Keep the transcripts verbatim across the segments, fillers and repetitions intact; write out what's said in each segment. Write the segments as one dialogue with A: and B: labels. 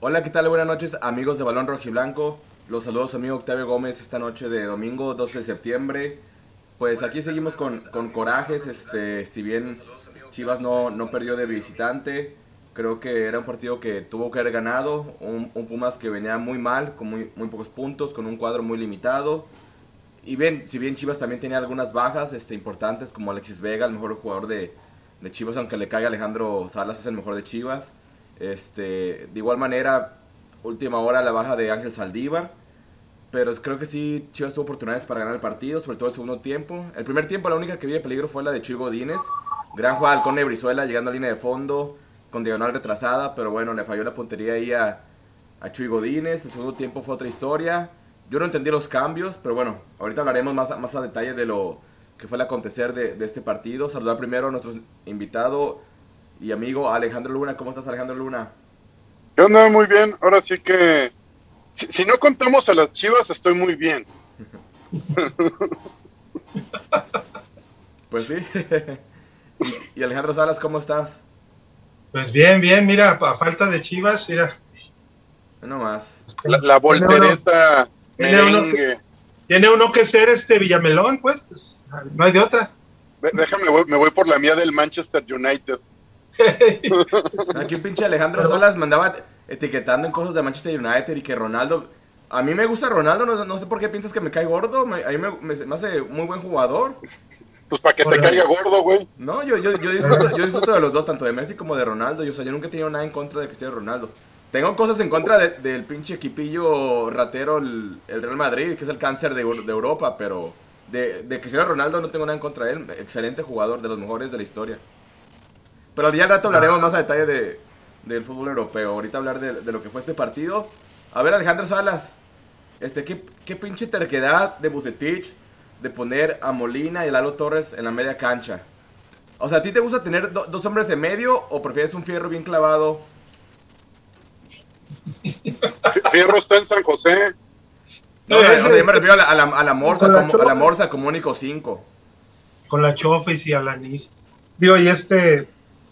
A: Hola, ¿qué tal? Buenas noches, amigos de Balón Rojiblanco. Los saludos, amigo Octavio Gómez, esta noche de domingo doce de septiembre. Pues aquí seguimos con, con corajes. Este, si bien Chivas no, no perdió de visitante, creo que era un partido que tuvo que haber ganado. Un, un Pumas que venía muy mal, con muy, muy pocos puntos, con un cuadro muy limitado. Y bien, si bien Chivas también tenía algunas bajas este, importantes, como Alexis Vega, el mejor jugador de, de Chivas, aunque le caiga Alejandro Salas, es el mejor de Chivas. Este, de igual manera, última hora la baja de Ángel Saldívar. Pero creo que sí, Chivas tuvo oportunidades para ganar el partido, sobre todo el segundo tiempo. El primer tiempo la única que vi de peligro fue la de Chuy Godínez. Gran jugada al Cone Brizuela llegando a línea de fondo, con diagonal retrasada, pero bueno, le falló la puntería ahí a, a Chuy Godínez. El segundo tiempo fue otra historia. Yo no entendí los cambios, pero bueno, ahorita hablaremos más, a- más a detalle de lo que fue el acontecer de, de este partido. Saludar primero a nuestro invitado y amigo Alejandro Luna. ¿Cómo estás, Alejandro Luna?
B: Yo ando muy bien, ahora sí que, si, si no contamos a las Chivas, estoy muy bien.
A: Pues sí. y, y Alejandro Salas, ¿cómo estás?
C: Pues bien, bien, mira, a falta de Chivas, mira,
A: No más.
B: La, la
C: tiene uno,
B: voltereta,
C: tiene uno que,
B: merengue.
C: tiene uno que ser este Villamelón, pues, pues, no hay de otra.
B: Ve- Déjame, voy- me voy por la mía del Manchester United.
A: Aquí un pinche Alejandro Salas me andaba etiquetando en cosas de Manchester United y que Ronaldo. A mí me gusta Ronaldo, no, no sé por qué piensas que me cae gordo. Me- a mí me, me- me hace muy buen jugador.
B: Pues para que te
C: Órale.
B: caiga gordo, güey.
A: No, yo, yo, yo, disfruto, yo disfruto de los dos, tanto de Messi como de Ronaldo. Yo, o sea, yo nunca he tenido nada en contra de Cristiano Ronaldo. Tengo cosas en contra de- del pinche equipillo ratero, el, el Real Madrid, que es el cáncer de, Eu- de Europa, pero de, de Cristiano Ronaldo no tengo nada en contra de él. Excelente jugador, de los mejores de la historia. Pero al día al rato hablaremos más a detalle de, del fútbol europeo. Ahorita hablar de, de lo que fue este partido. A ver, Alejandro Salas, este, ¿qué, qué pinche terquedad de Bucetich de poner a Molina y a Lalo Torres en la media cancha? O sea, ¿a ti te gusta tener do- dos hombres de medio o prefieres un fierro bien clavado?
B: F- Fierro está en San José.
A: No, o sea, o sea, yo me
C: Ese-
A: refiero a la, a la, a la morsa,
C: con la
A: como, a la
C: Chofis,
A: morsa como único cinco.
C: con la Chofis y Alanis. Digo, y este,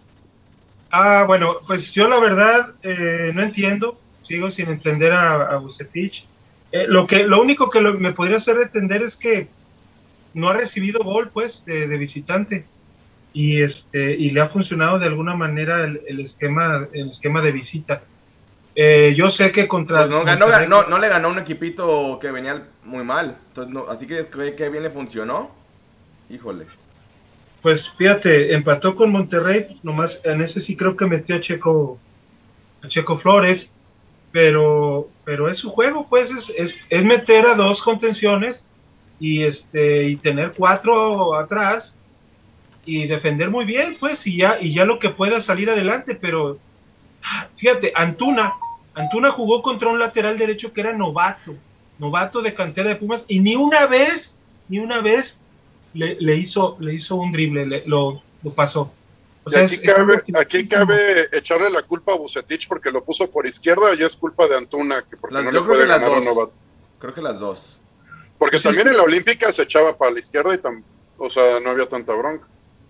C: ah, bueno, pues yo la verdad eh, no entiendo, sigo sin entender a, a Vucetich. Eh, lo que, lo único que lo- me podría hacer entender es que no ha recibido gol, pues, de, de visitante. Y este y le ha funcionado de alguna manera el, el esquema el esquema de visita. Eh, yo sé que contra
A: Pues no, ganó,
C: Monterrey,
A: no, no le ganó a un equipito que venía muy mal. Entonces, no, así que es que, que bien le funcionó. Híjole.
C: pues fíjate, empató con Monterrey, pues, nomás en ese sí creo que metió a Checo a Checo Flores, pero pero es su juego, pues es, es, es meter a dos contenciones y este y tener cuatro atrás y defender muy bien, pues, y ya y ya lo que pueda salir adelante, pero fíjate, Antuna, Antuna jugó contra un lateral derecho que era novato, novato de cantera de Pumas, y ni una vez, ni una vez le, le hizo, le hizo un drible, le, lo, lo pasó. O
B: Y
C: sea,
B: aquí
C: es, es algo
B: cabe,
C: que-
B: aquí cabe echarle la culpa a Bucetich porque lo puso por izquierda y es culpa de Antuna, que porque
A: Las-
B: no
A: yo
B: le
A: creo
B: puede
A: que las
B: ganar a un
A: dos.
B: novato.
A: Creo que las dos.
B: Porque
C: Pues es
B: también
C: que-
B: en la Olímpica se echaba para la izquierda y tam, o sea, no había tanta bronca.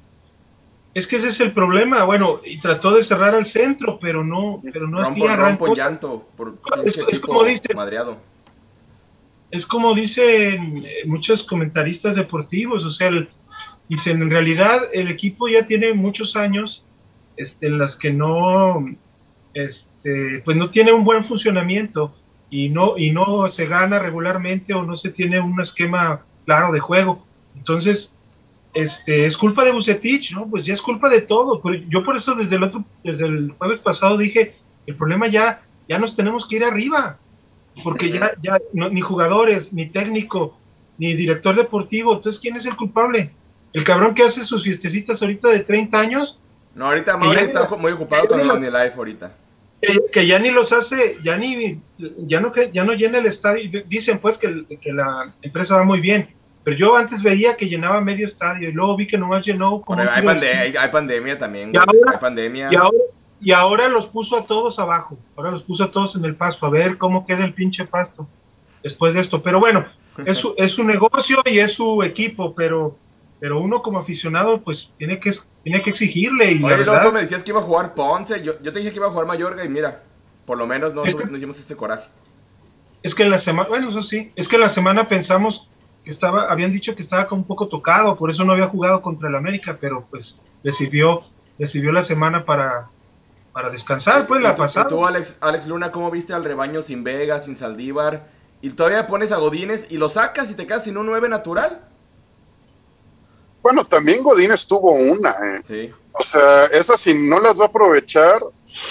C: es que ese es el problema, bueno, y trató de cerrar al centro, pero no, pero no
A: Rompo,
C: así
A: rompo
C: arrancó.
A: en llanto por
C: Es,
A: pinche
C: es como
A: equipo
C: dice,
A: madreado.
C: es como dicen eh, muchos comentaristas deportivos, o sea, el, dicen, en realidad el equipo ya tiene muchos años este, en las que no, este, pues no tiene un buen funcionamiento y no, y no se gana regularmente o no se tiene un esquema claro de juego. Entonces, este, es culpa de Bucetich, ¿no? Pues ya es culpa de todo. Pero yo por eso desde el otro, desde el jueves pasado dije, el problema ya, ya nos tenemos que ir arriba, porque ya, ya no, ni jugadores, ni técnico, ni director deportivo. Entonces, ¿quién es el culpable? El cabrón que hace sus fiestecitas ahorita de treinta años,
A: No, ahorita
C: que
A: Mauri
C: ya,
A: está muy ocupado
C: que
A: con
C: ya,
A: OmniLife ahorita.
C: que, que ya ni los hace, ya ni, ya no, ya no llena el estadio. Dicen pues que, que la empresa va muy bien, pero yo antes veía que llenaba medio estadio y luego vi que nomás llenó como
A: Pero
C: un
A: hay,
C: tiro de
A: pande- hay,
C: esquina.
A: hay pandemia también,
C: Y
A: güey. Hay
C: ahora,
A: pandemia.
C: y ahora, y ahora los puso a todos abajo, ahora los puso a todos en el pasto, a ver cómo queda el pinche pasto después de esto. Pero bueno, es su, es su negocio y es su equipo, pero, pero uno como aficionado pues tiene que, tiene que exigirle y la
A: Oye, luego tú
C: verdad,
A: me decías que iba a jugar Ponce. Yo, yo te dije que iba a jugar Mayorga y mira, por lo menos no,
C: Es
A: tuvi-
C: que-
A: no hicimos este coraje.
C: Es que en la semana, bueno, eso sí, es que en la semana pensamos que estaba, habían dicho que estaba como un poco tocado, por eso no había jugado contra el América, pero pues le sirvió, le sirvió la semana para, para descansar, pues
A: ¿Y,
C: la
A: y tú, y
C: pasada.
A: tú, Alex, Alex Luna, cómo viste al rebaño sin Vega, sin Saldívar? Y todavía pones a Godínez y lo sacas y te quedas sin un nueve natural.
B: Bueno, también Godínez tuvo una, eh.
A: Sí.
B: O sea, esa si no las va a aprovechar.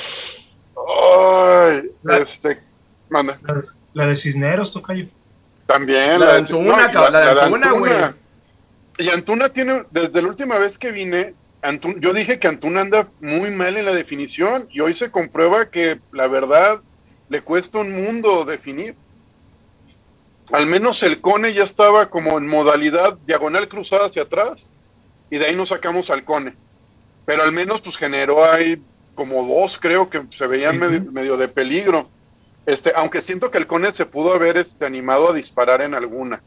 B: Ay,
C: La-
B: este. Manda.
C: La, la de Cisneros, tocayo.
B: También.
A: La de
B: de-
A: Antuna,
B: y
A: cabrón, la de Antuna, güey.
B: Y Antuna tiene, desde la última vez que vine, Antun- yo dije que Antuna anda muy mal en la definición y hoy se comprueba que la verdad le cuesta un mundo definir. Al menos el Cone ya estaba como en modalidad diagonal cruzada hacia atrás y de ahí nos sacamos al Cone. Pero al menos pues generó ahí como dos, creo que se veían
C: Ujú.
B: medio, medio de peligro. Este, aunque siento que el Cone se pudo haber este, animado a disparar en alguna.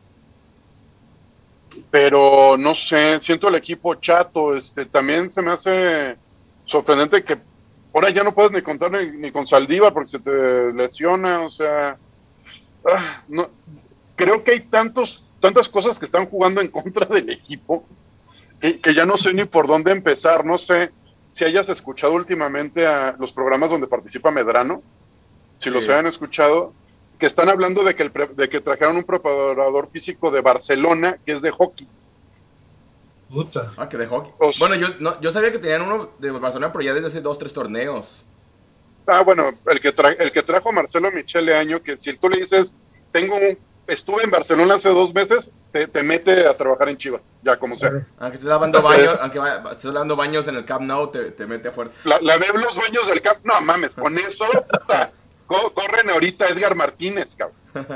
B: Pero no sé, siento el equipo chato. Este, también se me hace sorprendente que ahora ya no puedes ni contar ni, ni con Saldívar porque se te lesiona. O sea, ah, no, creo que hay tantos, tantas cosas que están jugando en contra del equipo que, que ya no sé ni por dónde empezar. No sé si hayas escuchado últimamente a los programas donde participa Medrano, si
A: Sí.
B: los hayan escuchado, que están hablando de que, el pre- de que trajeron un preparador físico de Barcelona que es de hockey.
C: Puta.
A: Ah, que de hockey.
B: Os-
A: Bueno, yo, no, yo sabía que tenían uno de Barcelona, pero ya desde hace dos, tres torneos.
B: Ah, bueno, el que, tra- el que trajo Marcelo Michele Año, que si tú le dices, tengo un, estuve en Barcelona hace dos meses, te, te mete a trabajar en Chivas, ya como sea.
A: Aunque estés lavando baños, aunque va- estés lavando baños en el Camp Nou, te, te mete a fuerzas.
B: La, la veo en los baños del campo, no mames, con eso, puta, co- corren ahorita a Edgar Martínez, cabrón.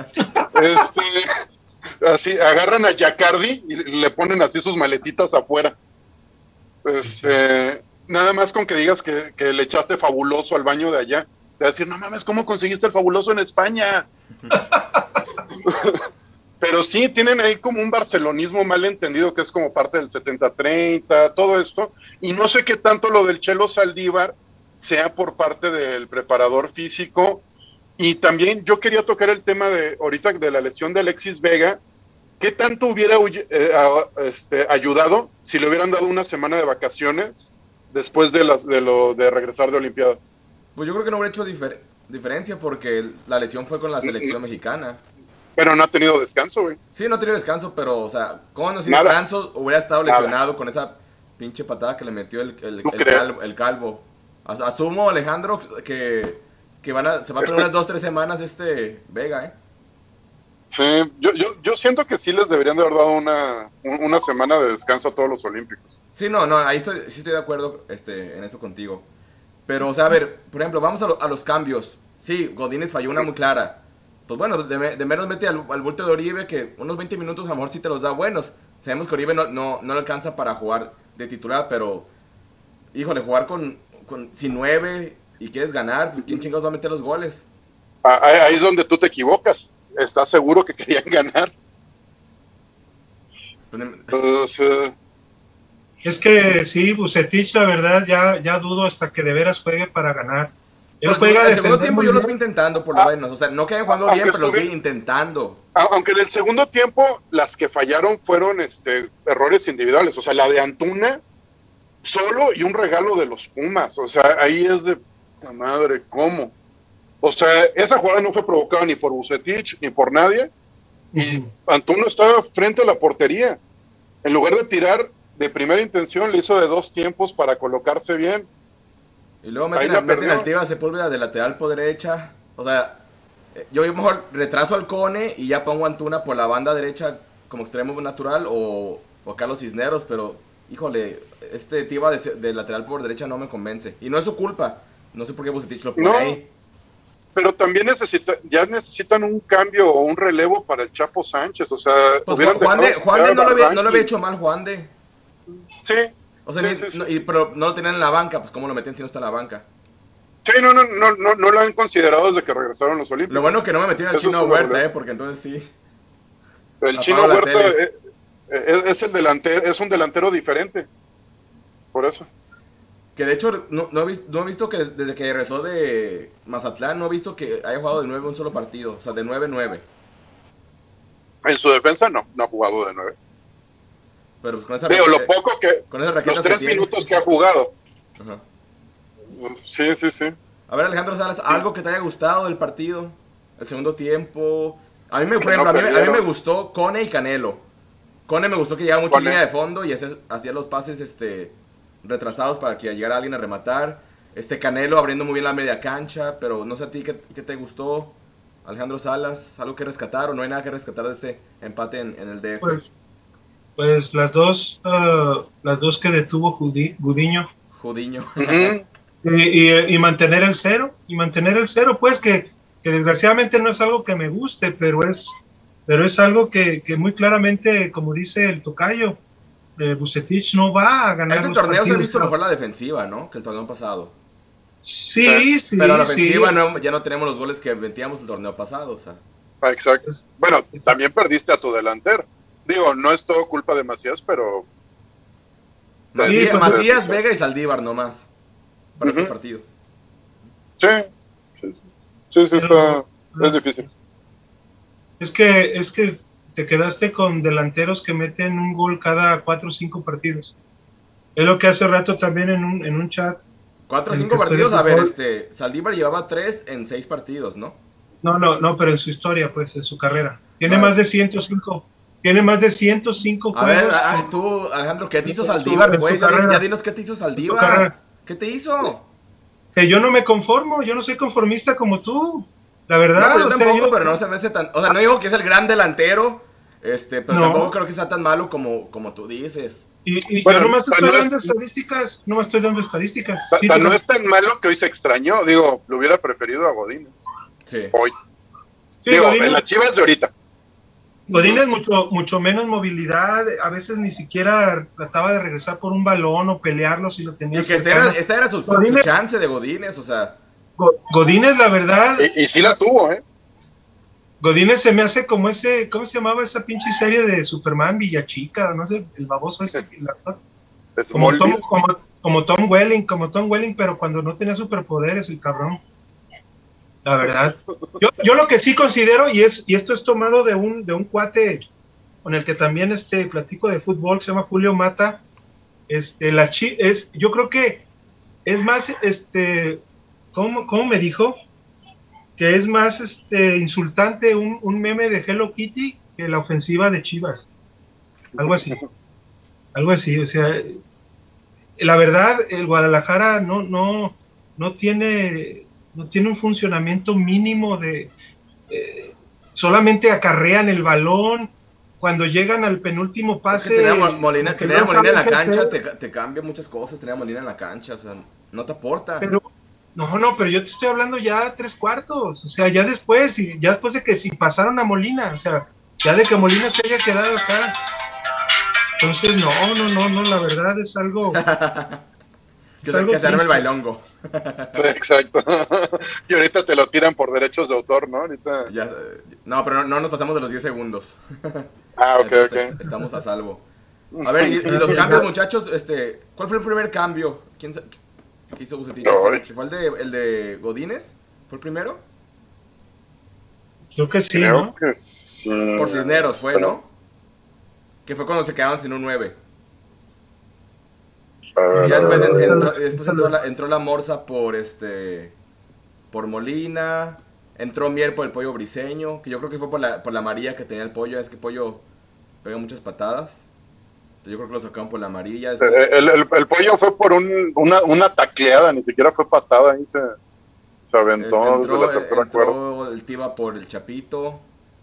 B: Este, así, agarran a Jacardi y le ponen así sus maletitas afuera. Este, nada más con que digas que, que le echaste fabuloso al baño de allá, te va a decir, no mames, ¿cómo conseguiste el fabuloso en España? Pero sí, tienen ahí como un barcelonismo mal entendido, que es como parte del setenta treinta, todo esto, y no sé qué tanto lo del Chelo Saldívar sea por parte del preparador físico, y también yo quería tocar el tema de ahorita de la lesión de Alexis Vega, ¿qué tanto hubiera eh, a, este, ayudado si le hubieran dado una semana de vacaciones después de, las, de, lo, de regresar de Olimpiadas?
A: Pues yo creo que no hubiera hecho difer- diferencia porque la lesión fue con la selección mexicana.
B: Pero no ha tenido descanso, güey.
A: Sí, no ha tenido descanso, pero, o sea, con o sin
B: Nada.
A: descanso hubiera estado
B: Nada.
A: lesionado con esa pinche patada que le metió el, el,
B: ¿Tú
A: el
B: crees?
A: calvo, el calvo. As- Asumo, Alejandro, que, que van a, se va a perder unas dos, tres semanas este Vega, ¿eh?
B: Sí, yo, yo, yo siento que sí les deberían de haber dado una, un- una semana de descanso a todos los olímpicos.
A: Sí, no, no, ahí estoy, sí estoy de acuerdo este, en eso contigo. Pero, o sea, a ver, por ejemplo, vamos a, lo- a los cambios. Sí, Godínez falló una muy clara. Pues bueno, de, me- de menos mete al, al bulto de Oribe, que unos veinte minutos a lo mejor sí te los da buenos. Sabemos que Oribe no, no, no le alcanza para jugar de titular, pero, híjole, jugar con, con sin nueve y quieres ganar, pues ¿quién chingados va a meter los goles?
B: Ah, Ahí ahí es donde tú te equivocas. ¿Estás seguro que querían ganar?
A: Pues,
B: Entonces,
C: Es que sí, Bucetich, la verdad, ya, ya dudo hasta que de veras juegue para ganar. Él
A: Pero el
C: juega
A: segundo,
C: a
A: el segundo
C: defender
A: tiempo
C: muy
A: yo los vi
C: bien.
A: intentando por lo
B: Ah,
A: menos. O sea, no que hayan jugando
B: aunque
A: bien, pero los vi
B: estuve-
A: intentando.
B: a- aunque en el segundo tiempo las que fallaron fueron este, errores individuales. O sea, la de Antuna solo y un regalo de los Pumas. O sea, ahí es de puta madre, ¿cómo? O sea, esa jugada no fue provocada ni por Bucetich ni por nadie. Y
C: Ujú.
B: Antuna estaba frente a la portería. En lugar de tirar de primera intención, le hizo de dos tiempos para colocarse bien.
A: Y luego
B: Ahí
A: meten,
B: la
A: a- meten
B: perdió.
A: al Tiva Sepúlveda de lateral por derecha. O sea, eh, yo mejor retraso al Cone y ya pongo a Antuna por la banda derecha como extremo natural o, o a Carlos Cisneros, pero híjole, este Tiva de, de lateral por derecha no me convence. Y no es su culpa. No sé por qué Bucetich lo pone
B: No.
A: ahí.
B: Pero también necesita, ya necesitan un cambio o un relevo para el Chapo Sánchez. O sea,
A: Pues
B: hubieran
A: Juan de,
B: dejado
A: Juan de
B: jugar
A: no,
B: a
A: lo había, no lo
B: Barranqui.
A: había hecho mal, Juan de.
B: Sí,
A: O sea,
B: Sí,
A: ni-
B: sí, sí.
A: no- y- pero no lo tenían en la banca, pues cómo lo meten si no está en la banca.
B: sí, no, no, no, no, no lo han considerado desde que regresaron los Olímpicos.
A: Lo bueno que no me metieron al
B: Eso
A: chino
B: es una
A: Huerta,
B: realidad.
A: eh, porque entonces sí.
B: El
A: apago
B: Chino
A: la
B: Huerta
A: tele.
B: eh, eh, es, el delantero, es un delantero diferente. Por eso.
A: Que de hecho, no, no, he visto, no he visto que desde que regresó de Mazatlán, no he visto que haya jugado de nueve un solo partido. O sea, de nueve nueve.
B: En su defensa no, no ha jugado de nueve.
A: Pero pues con esa
B: Digo, lo
A: raqueta-
B: poco que...
A: con esas raquetas
B: Los
A: que
B: tres
A: tiene.
B: minutos que ha jugado.
A: Ajá.
B: Sí, sí, sí.
A: A ver, Alejandro Salas, ¿algo que te haya gustado del partido? El segundo tiempo. A mí me, por
B: Que
A: ejemplo,
B: no
A: a, mí, a mí
B: perdieron.
A: me gustó Cone y Canelo. Cone me gustó que llegaba mucho
B: Cone.
A: línea de fondo y hacía, hacía los pases este, retrasados para que llegara alguien a rematar. Este Canelo abriendo muy bien la media cancha, pero no sé a ti qué, qué te gustó, Alejandro Salas, algo que rescatar o no hay nada que rescatar de este empate en, en el D F.
C: Pues, pues las dos, uh, las dos que detuvo Judi- Gudiño.
A: Judiño.
B: Ujú.
C: Y, y, y mantener el cero, y mantener el cero, pues que, que desgraciadamente no es algo que me guste, pero es, pero es algo que, que muy claramente, como dice el tocayo, eh, Vucetich no va a ganar.
A: Ese
C: los
A: torneo se ha
C: partidos,
A: visto
C: ¿no?
A: mejor la defensiva, ¿no? Que el torneo pasado.
C: Sí, sí,
A: Pero la
C: sí.
A: ofensiva no, ya no tenemos los goles que metíamos el torneo pasado, o sea.
B: Ah, exacto. Bueno, también perdiste a tu delantero. Digo, no es todo culpa de Macías, pero...
A: Macías,
C: pues,
A: Macías, Vega y Saldívar nomás para ese
B: Ujú.
A: partido.
B: Sí, sí, sí, sí, está...
C: Pero-
B: Es difícil.
C: Es que, es que te quedaste con delanteros que meten un gol cada cuatro o cinco partidos. Es lo que hace rato también en un, en un chat.
A: Cuatro o
C: El
A: cinco
C: que estoy
A: partidos,
C: de
A: a ver,
C: fútbol.
A: este, Saldívar llevaba tres en seis partidos, ¿no?
C: No, no, no, pero en su historia, pues, en su carrera. Tiene
A: Ah.
C: más de ciento cinco. Tiene más de ciento cinco
A: A ver,
C: juegos.
A: ah,
C: en-
A: tú, Alejandro, ¿qué te hizo
C: en su-
A: Saldívar,
C: en su
A: pues? Ya, di-
C: carrera.
A: ya dinos qué te hizo Saldívar.
C: carrera.
A: ¿Qué te hizo?
C: Que yo no me conformo, yo no soy conformista como tú. La
A: No,
C: verdad,
A: pues yo
C: o sea,
A: tampoco,
C: yo-
A: pero no se me hace tan... O sea, no digo que es el gran delantero, este, pero
C: No.
A: tampoco creo que sea tan malo como, como tú dices.
C: Y, y
B: Bueno,
C: yo nomás
B: pero
C: estoy
B: no es-
C: dando estadísticas, no me estoy dando estadísticas.
B: Ta-
C: Sí,
B: ta-
C: pero-
B: no es tan malo que hoy se extrañó. Digo, lo hubiera preferido a Godínez.
A: Sí.
B: Hoy.
C: sí,
B: Digo,
C: Godínez-
B: en las Chivas de ahorita.
C: Godínez mucho, mucho menos movilidad, a veces ni siquiera trataba de regresar por un balón o pelearlo si lo tenía
A: Y que esta
C: cercano.
A: era, esta era su, su
C: Godínez-
A: chance de Godínez, o sea...
C: Go- Godínez, la verdad,
B: Y, y sí la tuvo, ¿eh?
C: Godínez se me hace como ese, ¿cómo se llamaba esa pinche serie de Superman, Villachica? No sé, el baboso ese, el actor. Como Tom,
B: Smallville.
C: como, como Tom Welling, como Tom Welling, pero cuando no tenía superpoderes, el cabrón. La verdad. Yo, yo lo que sí considero, y es, y esto es tomado de un, de un cuate con el que también este, platico de fútbol, que se llama Julio Mata, este, la chi, es, yo creo que es más, este, ¿cómo, cómo me dijo? Que es más este, insultante un, un meme de Hello Kitty que la ofensiva de Chivas. Algo así. Algo así, o sea, la verdad, el Guadalajara no, no, no tiene, no tiene un funcionamiento mínimo de, eh, solamente acarrean el balón, cuando llegan al penúltimo
A: Es
C: pase.
A: que tener a Mo- Molina,
C: como que
A: tener a
C: no
A: Molina en la
C: saben qué
A: cancha
C: hacer.
A: te, te cambia muchas cosas, tener a Molina en la cancha, o sea, no te aporta.
C: Pero, no, no, pero yo te estoy hablando ya tres cuartos, o sea, ya después, y ya después de que si pasaron a Molina, o sea, ya de que Molina se haya quedado acá. Entonces, no, no, no, no, la verdad es algo.
A: que
C: es
A: se,
C: algo
A: que se arme el
C: triste.
A: bailongo.
B: Exacto. Y ahorita te lo tiran por derechos de autor, ¿no? Ahorita...
A: Ya, eh, no, pero no, no nos pasamos de los diez segundos.
B: Ah, ok,
A: Entonces,
B: ok.
A: Estamos a salvo. A ver, y, y los cambios, muchachos, este, ¿cuál fue el primer cambio? ¿Quién sa- ¿Qué hizo Bucetich esta
B: Ay.
A: noche? ¿Fue el de, el de Godínez? ¿Fue el primero?
C: Creo que sí,
B: Creo
C: ¿no?
B: que sí.
A: Por Cisneros fue,
B: Pero-
A: ¿no? Que fue cuando se quedaron sin un nueve.
B: A ver,
A: Ya
B: a
A: después,
B: ver,
A: en-
B: a ver.
A: entró, después entró, la, entró la Morsa por este por Molina, entró Mier por el pollo briseño, que yo creo que fue por la, por la amarilla que tenía el pollo, es que el pollo pega muchas patadas. Entonces yo creo que lo sacaron por la amarilla. Después,
B: Eh, El, el, el pollo fue por un, una, una tacleada, ni siquiera fue patada, ahí se, se aventó
A: este,
B: desde la
A: entró,
B: tercera cuerda.
A: entró el Tiba por el Chapito.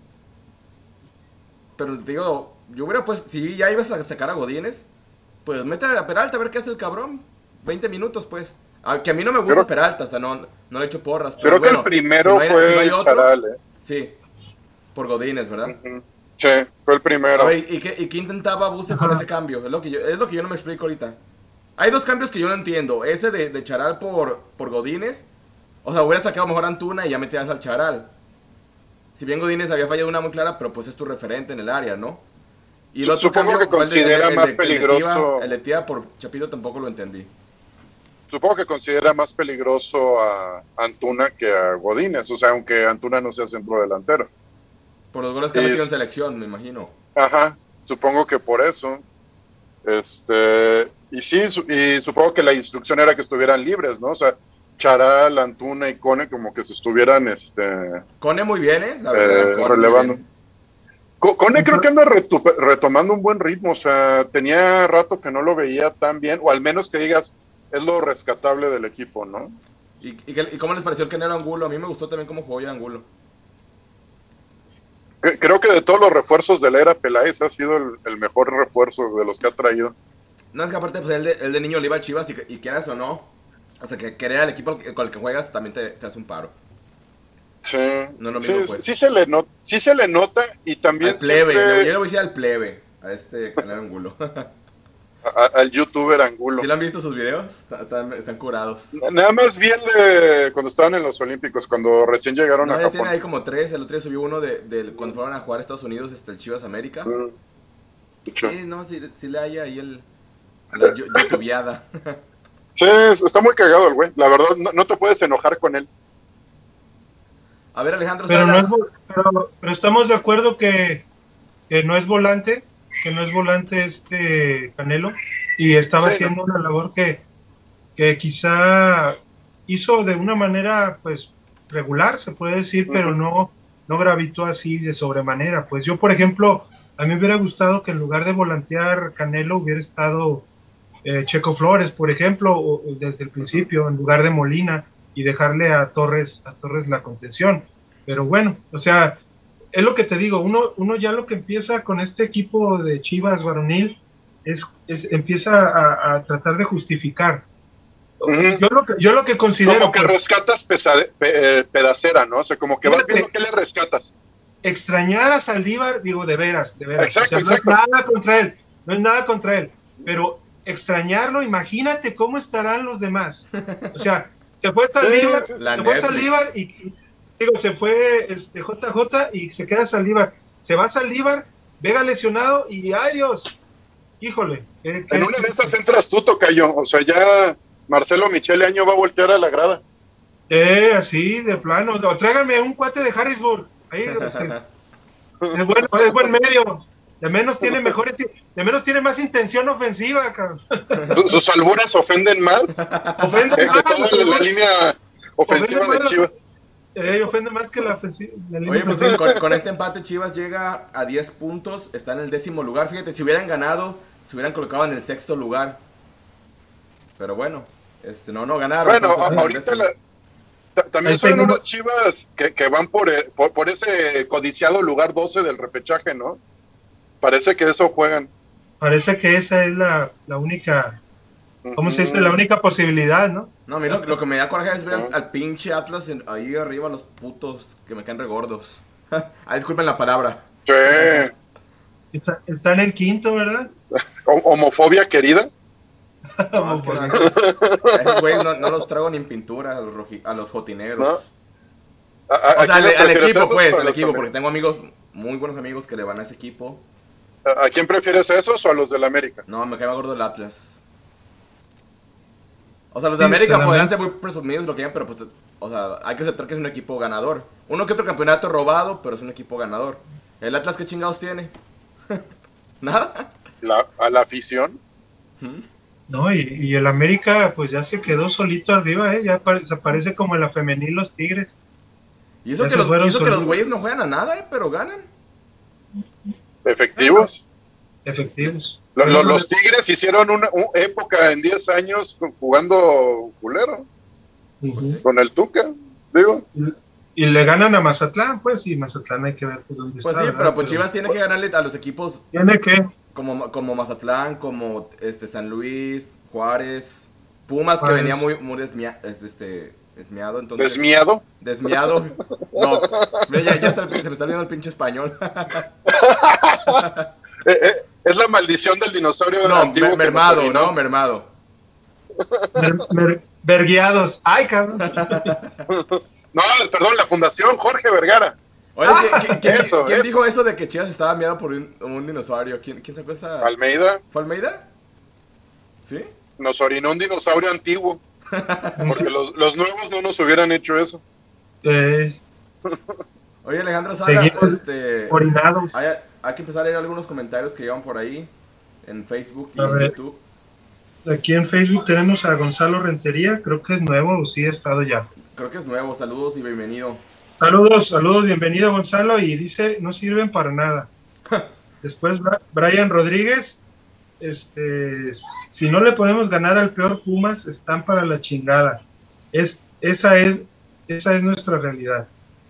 A: Pero te digo, yo hubiera pues, si ya ibas a sacar a Godínez, pues mete a Peralta a ver qué hace el cabrón. veinte minutos pues. Ah, que a mí no me gusta
B: Creo-
A: Peralta, o sea, no, no le echo porras. Pero
B: Creo que
A: bueno,
B: el primero
A: si no hay-
B: fue
A: si no hay otro,
B: Charal, ¿eh?
A: sí, por Godínez, ¿verdad?
B: Ujú. Sí, fue el primero.
A: A ver, ¿y qué, y qué intentaba Buse con
C: Ajá.
A: ese cambio? Es lo, que yo, es lo que yo no me explico ahorita. Hay dos cambios que yo no entiendo. Ese de, de Charal por, por Godínez. O sea, hubiera sacado mejor a Antuna y ya metías al Charal. Si bien Godínez había fallado una muy clara, pero pues es tu referente en el área, ¿no? Y el otro
B: Supongo
A: cambio
B: que
A: fue el de- el de-
B: considera
A: el
B: más
A: de-
B: peligroso.
A: El de Tiba, el de Tiba por Chapito tampoco lo entendí.
B: supongo que considera más peligroso a Antuna que a Godínez, o sea, aunque Antuna no sea centro delantero.
A: Por los goles que ha
B: Y-
A: metido en selección, me imagino.
B: Ajá, supongo que por eso. Este, y sí, su- y supongo que la instrucción era que estuvieran libres, ¿no? O sea, Charal, Antuna y Cone como que se estuvieran, este,
A: Cone muy bien, ¿eh? La
B: eh,
A: verdad, Cone muy
B: relevando.
A: bien.
B: Co- Cone creo que anda retu- retomando un buen ritmo, o sea, tenía rato que no lo veía tan bien, o al menos que digas, es lo rescatable del equipo, ¿no?
A: ¿Y, y, qué- y cómo les pareció el Canelo Angulo? A mí me gustó también cómo jugó ya Angulo.
B: Cre- Creo que de todos los refuerzos de la era Peláez ha sido el, el mejor refuerzo de los que ha traído.
A: No, es que aparte, pues, el de, el de niño le iba a Chivas y, y quieras o no. O sea, que querer al equipo con el que juegas también te, te hace un paro.
B: Sí,
A: No es lo
B: sí,
A: mismo, pues.
B: sí se le nota, sí se le nota y también
A: Al plebe,
B: siempre-
A: le- yo le voy a decir al plebe, a este Canelo Angulo.
B: a- al youtuber Angulo.
A: ¿Sí lo han visto sus videos? Están, están- están curados.
B: Nada más vi el de cuando estaban en los Olímpicos, cuando recién llegaron
A: No,
B: a
A: ya tiene
B: Japón.
A: ahí como tres. El otro día subió uno de, de cuando fueron a jugar a Estados Unidos, este, el Chivas América.
B: Mm, mucho.
A: Sí, no, sí, sí le hay ahí el, la yo- youtubeada.
B: Sí, está muy cagado el güey. La verdad, no, no te puedes enojar con él.
A: A ver, Alejandro
C: Pero, no
A: Salas.
C: es, vo- pero, pero estamos de acuerdo que, que no es volante, que no es volante este Canelo, y estaba
B: Sí,
C: haciendo una labor que, que quizá hizo de una manera pues regular, se puede decir,
B: Ujú.
C: pero no, no gravitó así de sobremanera. Pues yo, por ejemplo, a mí me hubiera gustado que en lugar de volantear Canelo hubiera estado eh, Checo Flores, por ejemplo, o- o desde el principio, en lugar de Molina, y dejarle a Torres, a Torres la contención. Pero bueno, o sea, es lo que te digo, uno, uno ya lo que empieza con este equipo de Chivas varonil es, es empieza a, a tratar de justificar.
B: Ujú.
C: Yo lo que, yo lo que considero
B: Como que
C: pues,
B: rescatas pesade- pe- eh, pedacera, ¿no? O sea, como que vas
C: Fíjate.
B: viendo que le rescatas.
C: extrañar a Saldívar, digo, de veras, de veras.
B: Exacto,
C: o sea, no es
B: exacto.
C: nada contra él, no es nada contra él, pero extrañarlo, imagínate cómo estarán los demás. O sea, se fue Saldívar,
B: Sí, sí, sí.
A: La
C: se fue
A: Netflix.
C: Saldívar y, y- digo, se fue este J J y se queda Saldívar. Se va Saldívar, Vega lesionado y ¡ay Dios! Híjole. qué- qué-
B: En una de esas entras tú, tocayo. O sea, ya Marcelo Michele Año va a voltear a la grada.
C: Eh, así, de plano. O tráiganme un cuate de Harrisburg. Ahí, este, es, bueno, es buen medio. De menos tiene mejores, de menos tiene más intención ofensiva, cabrón.
B: Su- Sus alburas ofenden más
C: Ofende
B: que, que
C: más,
B: toda la, la línea ofensiva
C: Ofende
B: de
C: más.
B: Chivas.
C: eh, ofende más que la ofensiva. la línea
A: Oye, pues
C: ofensiva.
A: con, con este empate Chivas llega a diez puntos, está en el décimo lugar. Fíjate, si hubieran ganado, se hubieran colocado en el sexto lugar. Pero bueno, este no, no ganaron.
B: Bueno,
A: entonces
B: a-
A: están en el
B: ahorita
A: décimo.
B: la, ta- también
C: El
B: son
C: segundo-
B: unos Chivas que, que van por, eh, por, por ese codiciado lugar doce del repechaje, ¿no? Parece que eso juegan.
C: Parece que esa es la, la única, ¿cómo se dice?
B: Ujú.
C: La única posibilidad, ¿no?
A: No, a mí lo, lo que me da coraje es ver al,
B: Ajá.
A: al pinche Atlas en- ahí arriba, los putos que me caen regordos. Ah, disculpen la palabra.
B: Sí.
C: Está- están en quinto, ¿verdad?
B: Ho- Homofobia querida.
A: No, es que no, esos, a esos güeyes no, no los trago ni en pintura, a los, roji- a los jotineros.
B: ¿A- a-
A: O sea,
B: a
A: al,
B: quién les
A: al
B: prefieres,
A: equipo,
B: esos
A: pues,
B: o a
A: al
B: los
A: equipo, porque
B: América?
A: tengo amigos, muy buenos amigos que le van a ese equipo.
B: ¿A, a quién prefieres, a esos o a los del América?
A: No, me cae más gordo el Atlas. O sea, los de
C: Sí,
A: América
C: solamente-
A: podrán ser muy presumidos lo que quieran, pero pues, o sea, hay que aceptar que es un equipo ganador. Uno que otro campeonato robado, pero es un equipo ganador. ¿El Atlas qué chingados tiene? ¿Nada?
B: La, a la afición.
A: ¿Mm?
C: No, y, y el América pues ya se quedó solito arriba, ¿eh? Ya pare- se parece como en la femenil los Tigres.
A: Y eso,
C: Ya
A: que
C: se
A: los,
C: fueron
A: y eso que los
C: solitos.
A: güeyes no juegan a nada, eh, pero ganan.
B: Efectivos.
C: Efectivos.
B: Lo- lo- los Tigres hicieron una, una época en diez años con- jugando culero
C: Ujú.
B: con el Tuca, digo.
C: Y le ganan a Mazatlán, pues, y Mazatlán hay que ver pues, dónde
A: Pues
C: está.
A: sí,
C: ¿verdad?
A: pero pues Chivas tiene que ganarle a los equipos
C: Tiene que.
A: como, como Mazatlán, como este San Luis, Juárez, Pumas, que
C: Juárez.
A: venía muy, muy desmia- es- este, desmiado, entonces...
B: Desmiado.
A: Desmiado. No, mira, ya, ya está el, pin- se me está olvidando el pinche español.
B: Eh, eh, es la maldición del dinosaurio
A: No,
B: antiguo.
A: mer-
B: que nos
A: mermado,
B: arruinó.
A: no, mermado.
C: Mer, mer- vergueados. Ay, cabrón.
B: No, perdón, la Fundación Jorge Vergara.
A: Oye, ¿quién, quién- quién-
B: Eso,
A: quién
B: eso.
A: dijo eso de que Chivas estaba miado por un, un dinosaurio? ¿Quién, quién sacó esa?
B: Almeida
A: ¿Fue Almeida? ¿Sí?
B: nos orinó un dinosaurio antiguo. Porque los, los nuevos no nos hubieran hecho eso.
C: Eh,
A: Oye, Alejandro Salas,
C: Seguimos
A: este,
C: orinados.
A: hay, hay que empezar a leer algunos comentarios que llevan por ahí en Facebook y
C: A
A: en
C: ver.
A: YouTube.
C: Aquí en Facebook tenemos a Gonzalo Rentería, creo que es nuevo o sí ha estado ya.
A: Creo que es nuevo, saludos y bienvenido.
C: Saludos, saludos, bienvenido Gonzalo, y dice, no sirven para nada. Después Brian Rodríguez, este, si no le podemos ganar al peor Pumas, están para la chingada. Es, esa, es, esa es nuestra realidad.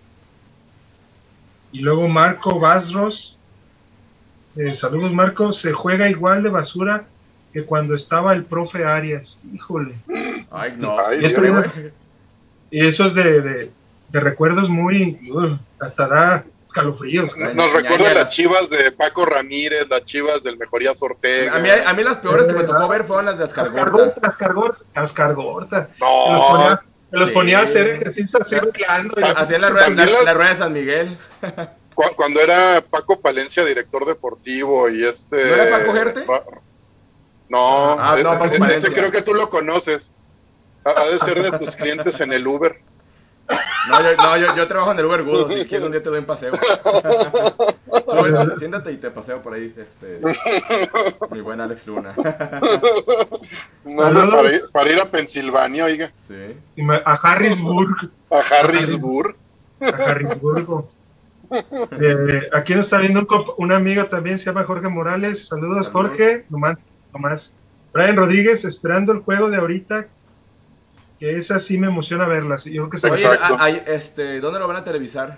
C: Y luego Marco Basros, eh, saludos Marco, se juega igual de basura que cuando estaba el profe Arias. Híjole.
A: Ay, no.
B: Ay,
C: Y, esto
B: Dios.
C: viene- y eso es de, de, de recuerdos muy, uh, hasta da escalofríos.
A: Ay,
B: Nos recuerdan
A: ñañaras.
B: las chivas de Paco Ramírez, las chivas del Mejorías Ortega.
A: A mí, a mí las peores que me tocó ver fueron las de Ascargorta.
C: Ascargorta, Ascargorta, Ascargorta. Que los
B: No,
C: ponía, que los
A: Sí.
C: ponía a hacer ejercicio así bailando. y-
A: Hacían la rueda,
B: También
A: la,
B: las-
A: la rueda de San Miguel.
B: cu- cuando era Paco Palencia, director deportivo, y este...
A: ¿No era Paco Gerte?
B: Ra- No,
A: Ah,
B: ese,
A: no, Paco
B: ese-
A: Palencia.
B: ese creo que tú lo conoces. Ha ha de ser de tus clientes en el Uber.
A: No, yo, no, yo, yo trabajo en el Uber Gudo, si quieres un día te doy un paseo. Súbete, siéntate y te paseo por ahí, este, mi buen Alex Luna.
B: No,
C: Saludos.
B: para, ir, para ir a Pensilvania, oiga,
A: Sí.
C: y me- a Harrisburg.
B: a Harrisburg.
C: A Harrisburgo. Eh, aquí nos está viendo un comp- una amiga también, se llama Jorge Morales. Saludos,
A: Saludos.
C: Jorge. Nomás, nomás. Brian Rodríguez, esperando el juego de ahorita, que esa sí me emociona verla. sí, Yo creo que se
A: Oye,
B: Exacto.
A: a- a- este, ¿dónde lo van a televisar?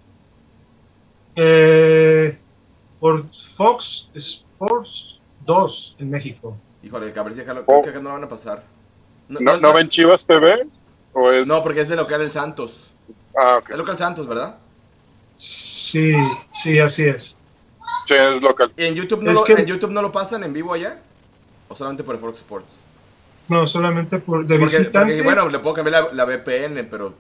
C: Eh, por Fox Sports dos en México.
A: Híjole, que a ver si acá lo, creo que acá no lo van a pasar. No,
B: ¿No,
A: no,
B: ¿No ven Chivas T V? ¿O es...
A: no, porque es de local el Santos.
B: Ah, ok.
A: Es local Santos, ¿verdad?
C: Sí, sí, así es.
B: Sí, es local.
A: ¿Y en YouTube no,
C: Es
A: lo,
C: que-
A: en YouTube no lo pasan en vivo allá? ¿O solamente por el Fox Sports?
C: No, solamente por de
A: Porque,
C: visitante.
A: porque, bueno, le puedo cambiar la, la V P N, pero...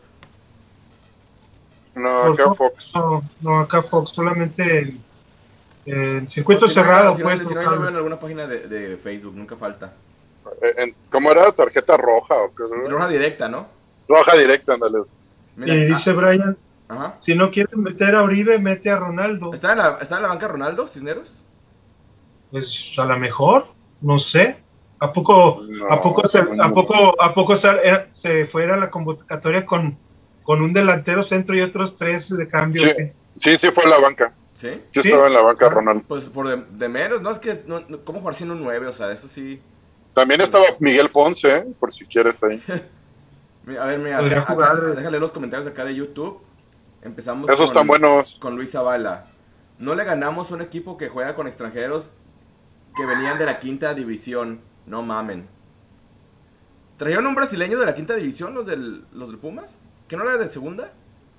B: No,
C: por
B: acá
C: Fox,
B: Fox.
C: No, no, acá Fox, solamente en, en circuito
A: o si no,
C: cerrado.
A: Si no,
C: pues,
A: si no, ahí
C: local.
A: lo veo en alguna página de, de Facebook, nunca falta.
B: Eh, en- ¿Cómo era? ¿Tarjeta roja? ¿O qué?
A: Roja directa, ¿no?
B: Roja directa, ándale.
A: Mira,
C: y dice Brian,
A: ah, ajá.
C: si no quieres meter a Uribe, mete a Ronaldo.
A: ¿Está en, la, ¿Está en la banca Ronaldo, Cisneros?
C: Pues a lo mejor, no sé. ¿A poco,
B: No,
C: a poco, se,
B: no.
C: a poco, a poco se, eh, se fuera la convocatoria con, con un delantero centro y otros tres de cambio?
B: Sí.
C: ¿o qué?
B: Sí, sí fue en la banca.
A: ¿Sí?
B: Sí,
C: ¿Sí?
B: estaba en la banca
C: Ah.
B: Ronaldo.
A: Pues por de, de menos, ¿no? Es que, no, no- ¿cómo jugar sin un nueve? O sea, eso sí...
B: También estaba Miguel Ponce, ¿eh? Por si quieres ahí.
A: Mira, a ver, mira,
C: Podría
A: acá-
C: jugar.
A: acá- déjale los comentarios acá de YouTube. Empezamos
B: Esos
A: con,
B: están buenos.
A: con Luis Zavala. No le ganamos a un equipo que juega con extranjeros que venían de la quinta división. No mamen. ¿Trajeron un brasileño de la quinta división los del, los del Pumas? ¿Que no era de segunda?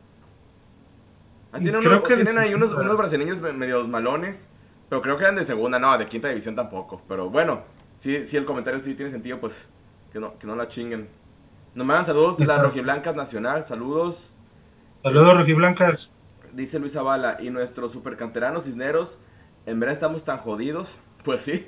A: Ah, tienen
C: Creo
A: unos-
C: que de
A: tienen ahí unos,
C: segunda.
A: unos brasileños me- medios malones. Pero creo que eran de segunda, no, de quinta división tampoco. Pero bueno, sí, sí el comentario sí tiene sentido, pues que no, que no la chinguen. Nos mandan saludos las
C: Exacto.
A: rojiblancas nacional, saludos.
C: Saludos, rojiblancas.
A: Dice Luis Zavala, y nuestros supercanteranos cisneros, ¿en verdad estamos tan jodidos? Pues sí.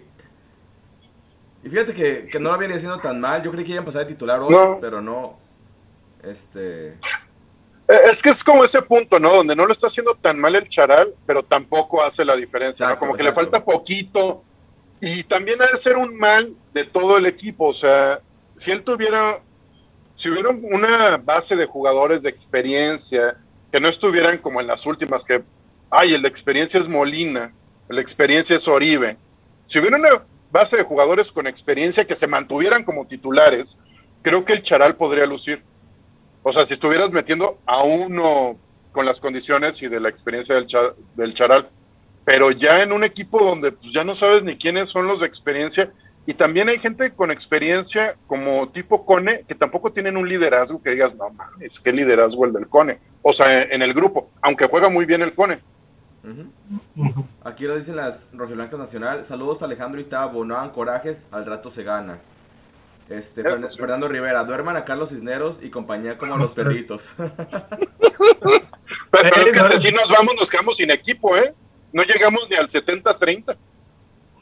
A: Y fíjate que, que no lo viene haciendo tan mal. Yo creí que iban a pasar de titular hoy,
B: No.
A: pero no. Este.
B: Eh, Es que es como ese punto, ¿no? Donde no lo está haciendo tan mal el Charal, pero tampoco hace la diferencia, ¿no?
A: Exacto,
B: Como que
A: exacto.
B: le falta poquito. Y también ha de ser un mal de todo el equipo. O sea, si él tuviera, si hubiera una base de jugadores de experiencia, que no estuvieran como en las últimas, que, ay, el de experiencia es Molina, el de experiencia es Oribe. Si hubiera una base de jugadores con experiencia que se mantuvieran como titulares, creo que el Charal podría lucir. O sea, si estuvieras metiendo a uno con las condiciones y de la experiencia del, cha, del Charal, pero ya en un equipo donde pues, ya no sabes ni quiénes son los de experiencia, y también hay gente con experiencia como tipo Cone, que tampoco tienen un liderazgo que digas, no mames, qué liderazgo el del Cone. O sea, en el grupo, aunque juega muy bien el Cone.
A: Ujú.
C: Ujú.
A: Aquí lo dicen las rojiblancas nacional. Saludos a Alejandro y Tabo, no hagan corajes, al rato se gana. Este,
B: Eso
A: Fern-
B: sí.
A: Fernando Rivera, duerman a Carlos Cisneros y compañía como los perritos.
B: Pero, pero
C: Eh,
B: es que
C: no.
B: si nos vamos, nos quedamos sin equipo, ¿eh? No llegamos ni al setenta treinta.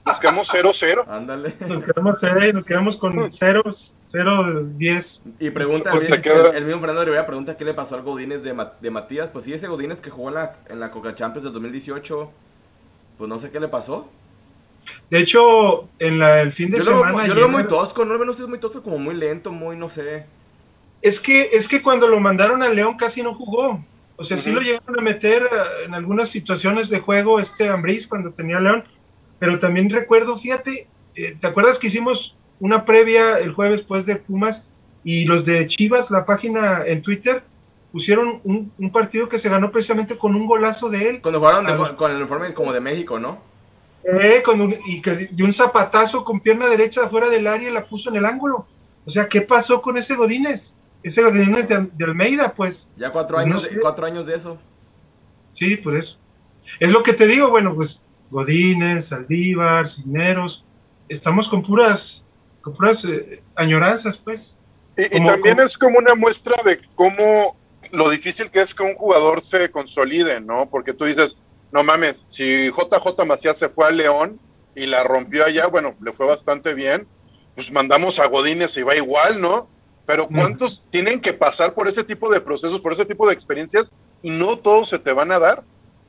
B: Nos quedamos cero cero.
A: Ándale.
C: Nos quedamos, eh, nos quedamos con cero, cero, diez.
A: Y pregunta,
B: Pues
A: el,
B: se queda-
A: el- el mismo Fernando Rivera pregunta qué le pasó al Godínez de, Ma- de Matías. Pues sí, ese Godínez que jugó en la, en la Coca Champions del dos mil dieciocho, pues no sé qué le pasó.
C: De hecho, en la, el fin de
A: Yo lo, veo,
C: semana.
A: mu- yo lo veo muy
C: ayer-
A: tosco, no lo veo, no sé, es muy tosco, como muy lento, muy, no sé.
C: Es que, es que cuando lo mandaron a León casi no jugó. O sea, sí
B: Ujú.
C: lo llegaron a meter eh, en algunas situaciones de juego este Ambriz cuando tenía León, pero también recuerdo, fíjate, eh, ¿te acuerdas que hicimos una previa el jueves después de Pumas y los de Chivas, la página en Twitter, pusieron un, un partido que se ganó precisamente con un golazo de él?
A: Cuando jugaron de-
C: Ah,
A: con, con el uniforme como de México, ¿no?
C: Eh, con un, y que de un zapatazo con pierna derecha afuera del área y la puso en el ángulo. O sea, ¿qué pasó con ese Godínez? Ese Godínez de, de Almeida, pues.
A: Ya cuatro
C: Pues no
A: años,
C: sé.
A: de, cuatro años de eso.
C: Sí, por eso. Es lo que te digo, bueno, pues Godínez, Saldívar, Cisneros, estamos con puras, con puras eh, añoranzas, pues.
B: Y, y
C: Como-
B: también
C: como-
B: es como una muestra de cómo lo difícil que es que un jugador se consolide, ¿no? Porque tú dices, no mames, si J J Macías se fue a León y la rompió allá, bueno, le fue bastante bien, pues mandamos a Godínez y va igual, ¿no? Pero ¿cuántos tienen que pasar por ese tipo de procesos, por ese tipo de experiencias y no todos se te van a dar?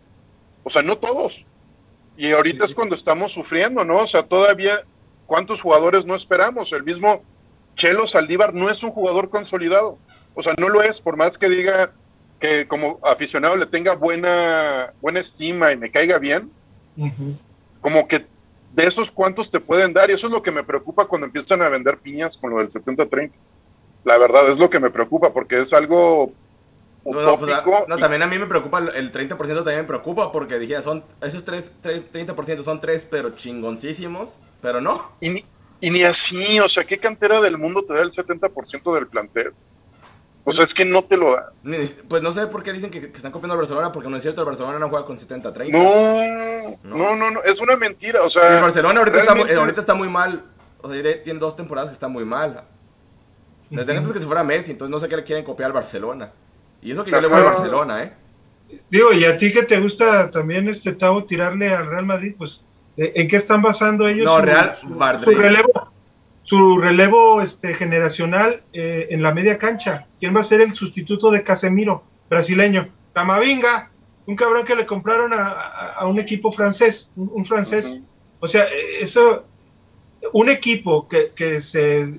B: O sea, no todos. Y ahorita
C: Sí.
B: es cuando estamos sufriendo, ¿no? O sea, todavía, ¿cuántos jugadores no esperamos? El mismo Chelo Saldívar no es un jugador consolidado. O sea, no lo es, por más que diga que como aficionado le tenga buena, buena estima y me caiga bien,
C: Ujú.
B: como que de esos cuántos te pueden dar, y eso es lo que me preocupa cuando empiezan a vender piñas con lo del setenta treinta. La verdad, es lo que me preocupa, porque es algo
A: No, no, pues,
B: utópico.
A: ah, no,
B: y-
A: también a mí me preocupa, el- el treinta por ciento también me preocupa porque dije, son esos tres, tres- treinta por ciento son tres, pero chingoncísimos, pero no.
B: Y ni, y ni así, o sea, ¿qué cantera del mundo te da el setenta por ciento del plantel? O sea, es que no te lo da.
A: Ni- Pues no sé por qué dicen que, que están copiando al Barcelona, porque no es cierto, el Barcelona no juega con setenta treinta.
B: No,
A: No.
B: no, no, no, es una mentira, o
A: El
B: sea...
A: Barcelona ahorita está, muy,
B: realmente-
A: ahorita está muy mal, o sea, de- tiene dos temporadas que está muy mal. Desde antes que se fuera Messi, entonces no sé qué le quieren copiar al Barcelona. Y eso que yo le voy al
B: Ajá.
A: Barcelona, ¿eh?
C: Digo, y a ti que te gusta también, este Tavo, tirarle al Real Madrid, pues, ¿eh, ¿en qué están basando ellos
A: No,
C: su,
A: Real
C: su-
A: Madrid.
C: su relevo, su relevo este, generacional eh, en la media cancha? ¿Quién va a ser el sustituto de Casemiro, brasileño? Camavinga, un cabrón que le compraron a, a- a un equipo francés, un, un francés.
B: Ujú.
C: O sea, eh, eso, un equipo que, que se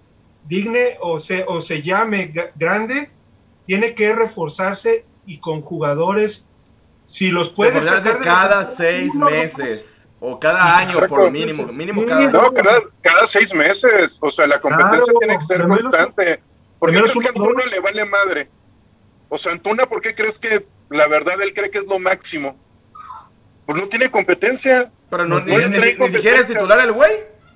C: digne o se, o se llame g- grande, tiene que reforzarse y con jugadores, si los puedes
A: Reforzarse
C: sacar de la-
A: cada seis
C: uno,
A: meses, o cada año
B: Exacto.
A: por mínimo, mínimo
C: Sí,
A: cada año.
B: No, cada, cada seis meses, o sea, la competencia
C: Claro,
B: tiene que ser
C: al menos-
B: constante. ¿Por
C: al
B: qué
C: menos
B: crees que a
C: uno,
B: Antuna
C: dos.
B: le vale madre? O sea, Antuna, ¿por qué crees que la verdad él cree que es lo máximo? Pues no tiene competencia,
A: Pero no,
C: No
A: ni,
B: le
A: ni-
B: trae
A: ni siquiera es
B: competencia.
A: titular el güey.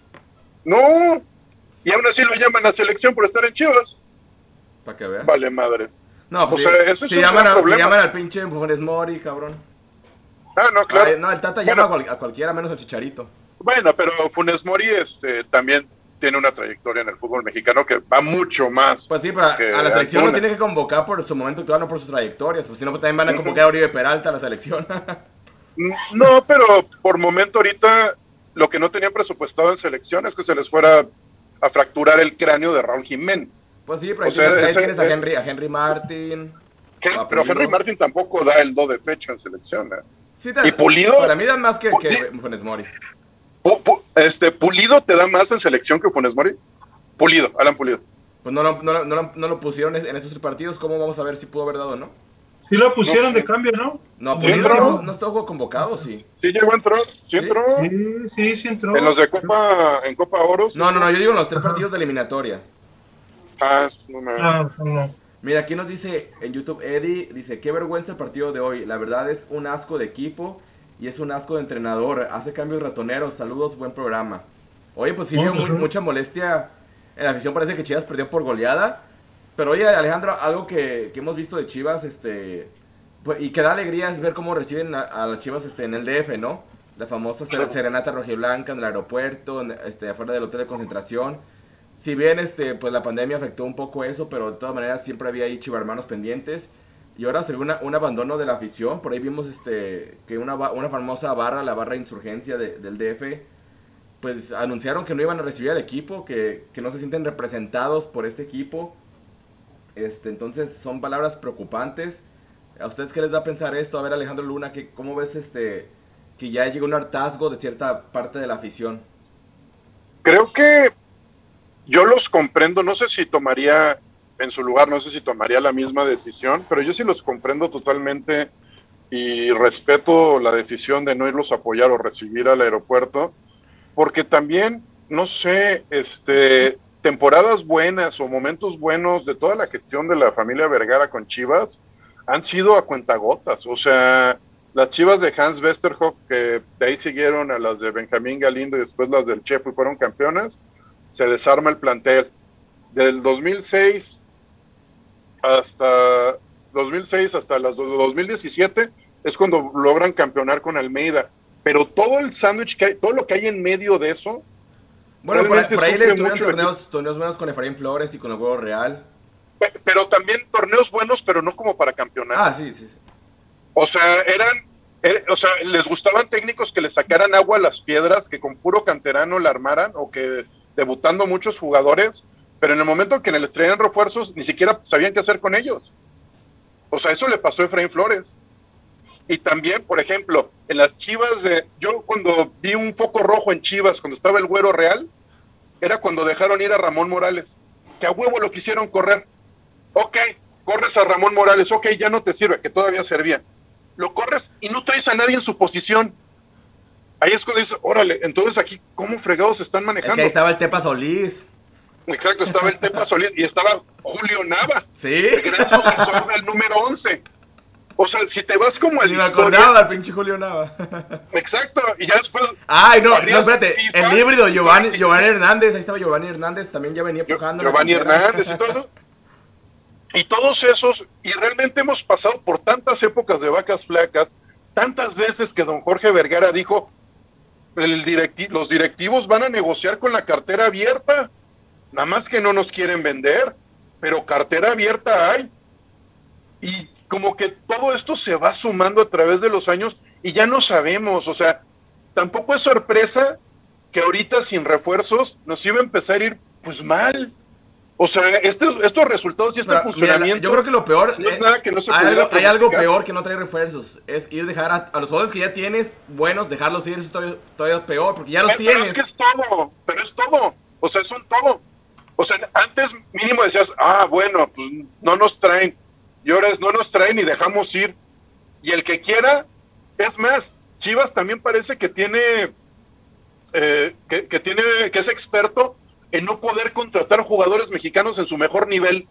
B: no. Y aún así lo llaman a selección por estar en Chivas.
A: Para que veas.
B: Vale, madres.
A: No, pues
B: O
A: sí,
B: sea, eso es
A: si
B: un
A: llaman,
B: gran
A: a, si
B: problema.
A: llaman al pinche Funes Mori, cabrón.
B: Ah, no, claro.
A: Ay, no, el Tata
B: Bueno.
A: llama a, cual- a cualquiera menos al Chicharito.
B: Bueno, pero Funes Mori este, también tiene una trayectoria en el fútbol mexicano que va mucho más.
A: Pues sí, pero a,
B: Que
A: a la selección lo
B: Antuna.
A: tiene que convocar por su momento actual, no por sus trayectorias. Pues si no, pues también van a
B: Ujú.
A: convocar a Oribe Peralta a la selección.
B: No, pero por momento ahorita lo que no tenían presupuestado en selección es que se les fuera a fracturar el cráneo de Raúl Jiménez.
A: Pues sí, pero ahí
B: O sea,
A: tienes, ahí
B: ese-
A: tienes a
B: eh,
A: Henry, a Henry Martin.
B: Que-
A: a
B: pero
A: Pulido.
B: Henry Martin tampoco da el do de pecho en selección. ¿eh?
A: Sí, te-
B: ¿Y Pulido?
A: Para mí dan más que, que
B: Pulido.
A: Funes Mori.
B: Pu- pu- este, ¿Pulido te da más en selección que Funes Mori? Pulido, Alan Pulido.
A: Pues no lo, no, lo- no lo- no lo pusieron en esos partidos. ¿Cómo vamos a ver si pudo haber dado o no?
C: Sí lo pusieron
B: No.
C: de cambio, ¿no?
A: No,
B: Sí,
A: Pulido
B: entró.
A: no, no estuvo convocado, sí.
B: Sí llegó a entrar, sí,
A: Sí.
B: entró.
C: Sí, sí, sí entró.
B: En los de Copa, en Copa Oro. sí.
A: No, no, no, yo digo en los tres partidos de eliminatoria.
B: Ah, no me...
C: No, no.
A: Mira, aquí nos dice en YouTube Eddie, dice, qué vergüenza el partido de hoy. La verdad es un asco de equipo y es un asco de entrenador. Hace cambios ratoneros. Saludos, buen programa. Oye, pues sí,
C: No,
A: dio
C: pues,
A: muy-
C: no.
A: mucha molestia en la afición. Parece que Chivas perdió por goleada. Pero oye, Alejandro, algo que, que hemos visto de Chivas, este... pues, y que da alegría es ver cómo reciben a, a las Chivas este, en el D F, ¿no? La famosa ser- serenata rojiblanca en el aeropuerto, en- este, afuera del hotel de concentración. Si bien este, pues la pandemia afectó un poco eso, pero de todas maneras siempre había ahí chivarmanos pendientes. Y ahora se ve una, un abandono de la afición. Por ahí vimos este que una, ba- una famosa barra, la barra Insurgencia de- del D F, pues anunciaron que no iban a recibir al equipo, que, que no se sienten representados por este equipo. Este, entonces son palabras preocupantes. ¿A ustedes qué les da a pensar esto? A ver, Alejandro Luna, que, ¿cómo ves este que ya llegó un hartazgo de cierta parte de la afición?
B: Creo que yo los comprendo, no sé si tomaría en su lugar, no sé si tomaría la misma decisión, pero yo sí los comprendo totalmente y respeto la decisión de no irlos a apoyar o recibir al aeropuerto, porque también, no sé, este, temporadas buenas o momentos buenos de toda la gestión de la familia Vergara con Chivas han sido a cuentagotas. O sea, las Chivas de Hans Westerhoff, que de ahí siguieron a las de Benjamín Galindo y después las del Chepo y fueron campeonas, se desarma el plantel. Del dos mil seis hasta dos mil seis hasta las dos mil diecisiete es cuando logran campeonar con Almeida, pero todo el sándwich que hay, todo lo que hay en medio de eso,
A: bueno, por, por ahí le tuvieron torneos, torneos buenos con Efraín Flores y con el Huevo Real,
B: pero, pero también torneos buenos, pero no como para campeonar.
A: Ah, sí, sí, sí.
B: O sea, eran, er, o sea, les gustaban técnicos que le sacaran agua a las piedras, que con puro canterano la armaran, o que debutando muchos jugadores, pero en el momento que les traían refuerzos, ni siquiera sabían qué hacer con ellos. O sea, eso le pasó a Efraín Flores. Y también, por ejemplo, en las Chivas, de, yo cuando vi un foco rojo en Chivas, cuando estaba el Güero Real, era cuando dejaron ir a Ramón Morales, que a huevo lo quisieron correr. Ok, corres a Ramón Morales, ok, ya no te sirve, que todavía servía. Lo corres y no traes a nadie en su posición. Ahí es cuando dices, órale, entonces aquí, ¿cómo fregados se están manejando?
A: Es que ahí estaba el Tepa Solís.
B: Exacto, estaba el Tepa Solís y estaba Julio Nava.
A: Sí.
B: El gran sucesor del número once. O sea, si te vas como al
A: Ni me acordaba el pinche Julio Nava.
B: Exacto, y ya después...
A: Ay, no, no, espérate, FIFA, el híbrido, Giovanni, Giovanni Hernández, ahí estaba Giovanni Hernández, también ya venía empujando.
B: Giovanni Hernández y todo eso. Y todos esos, y realmente hemos pasado por tantas épocas de vacas flacas, tantas veces que don Jorge Vergara dijo, el directi los directivos van a negociar con la cartera abierta, nada más que no nos quieren vender, pero cartera abierta hay. Y como que todo esto se va sumando a través de los años y ya no sabemos, o sea, tampoco es sorpresa que ahorita sin refuerzos nos iba a empezar a ir pues mal. O sea, este, estos resultados y este Pero, funcionamiento...
A: Mira, yo creo que lo peor...
B: No es nada que no se
A: hay, algo, hay algo peor que no traer refuerzos. Es ir dejar a, a los jugadores que ya tienes, buenos, dejarlos ir, eso es todavía, todavía peor, porque ya los
B: pero,
A: tienes.
B: Pero es que es todo, pero es todo. O sea, es un todo. O sea, antes mínimo decías, ah, bueno, pues no nos traen. Y ahora es, no nos traen y dejamos ir. Y el que quiera, es más, Chivas también parece que tiene... Eh, que, que tiene, que es experto en no poder contratar jugadores mexicanos en su mejor nivel.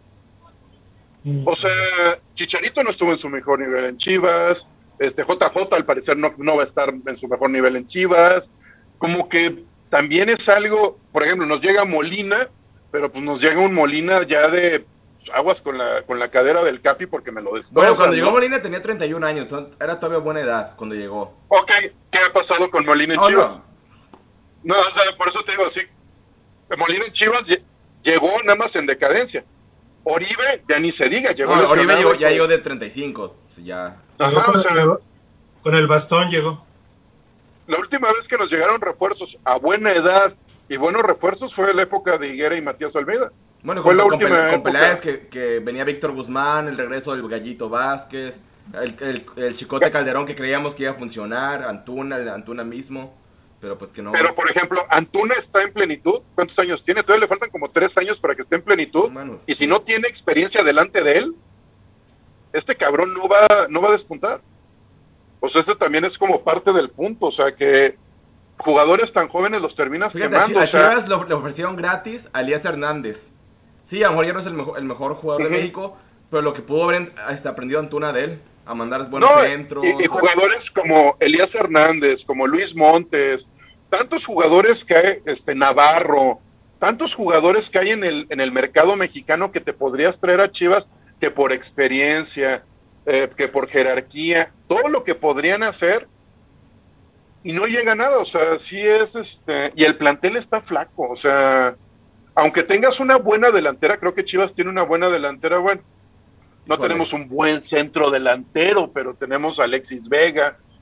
B: O sea, Chicharito no estuvo en su mejor nivel en Chivas, este J J al parecer no, no va a estar en su mejor nivel en Chivas, como que también es algo, por ejemplo, nos llega Molina, pero pues nos llega un Molina ya de aguas con la, con la cadera del Capi porque me lo destroza.
A: Bueno, cuando
B: ¿no?
A: llegó Molina tenía treinta y un años, era todavía buena edad cuando llegó.
B: Ok, ¿qué ha pasado con Molina en
A: oh,
B: Chivas?
A: No.
B: no, o sea, por eso te digo así, Molina en Chivas llegó nada más en decadencia. Oribe, ya ni se diga, llegó.
A: No, Oribe llegó, ya llegó de treinta y cinco, ya.
C: Ajá, con, o sea, el, con el bastón llegó.
B: La última vez que nos llegaron refuerzos a buena edad y buenos refuerzos fue la época de Higuera y Matías Almeida.
A: Bueno,
B: fue
A: con,
B: la
A: con,
B: última
A: con Peláez que, que venía Víctor Guzmán, el regreso del Gallito Vázquez, el, el, el Chicote Calderón que creíamos que iba a funcionar, Antuna, Antuna mismo. Pero pues que no.
B: Pero por ejemplo, Antuna está en plenitud. ¿Cuántos años tiene? Todavía le faltan como tres años para que esté en plenitud. Bueno, y si no tiene experiencia delante de él, este cabrón no va, no va a despuntar. O sea, eso también es como parte del punto. O sea, que jugadores tan jóvenes los terminas
A: Fíjate,
B: quemando.
A: A,
B: Ch o sea,
A: a Chivas lo, le ofrecieron gratis a Elías Hernández. Sí, a lo mejor ya no es el mejor, el mejor jugador uh-huh. de México, pero lo que pudo haber hasta aprendido Antuna de él. A mandar buenos
B: no,
A: centros.
B: Y, y jugadores como Elías Hernández, como Luis Montes, tantos jugadores que hay, este Navarro, tantos jugadores que hay en el, en el mercado mexicano que te podrías traer a Chivas, que por experiencia, eh, que por jerarquía, todo lo que podrían hacer, y no llega nada. O sea, sí es, este, y el plantel está flaco. O sea, aunque tengas una buena delantera, creo que Chivas tiene una buena delantera, bueno. No Híjole. Tenemos un buen centro delantero, pero tenemos a Alexis Vega,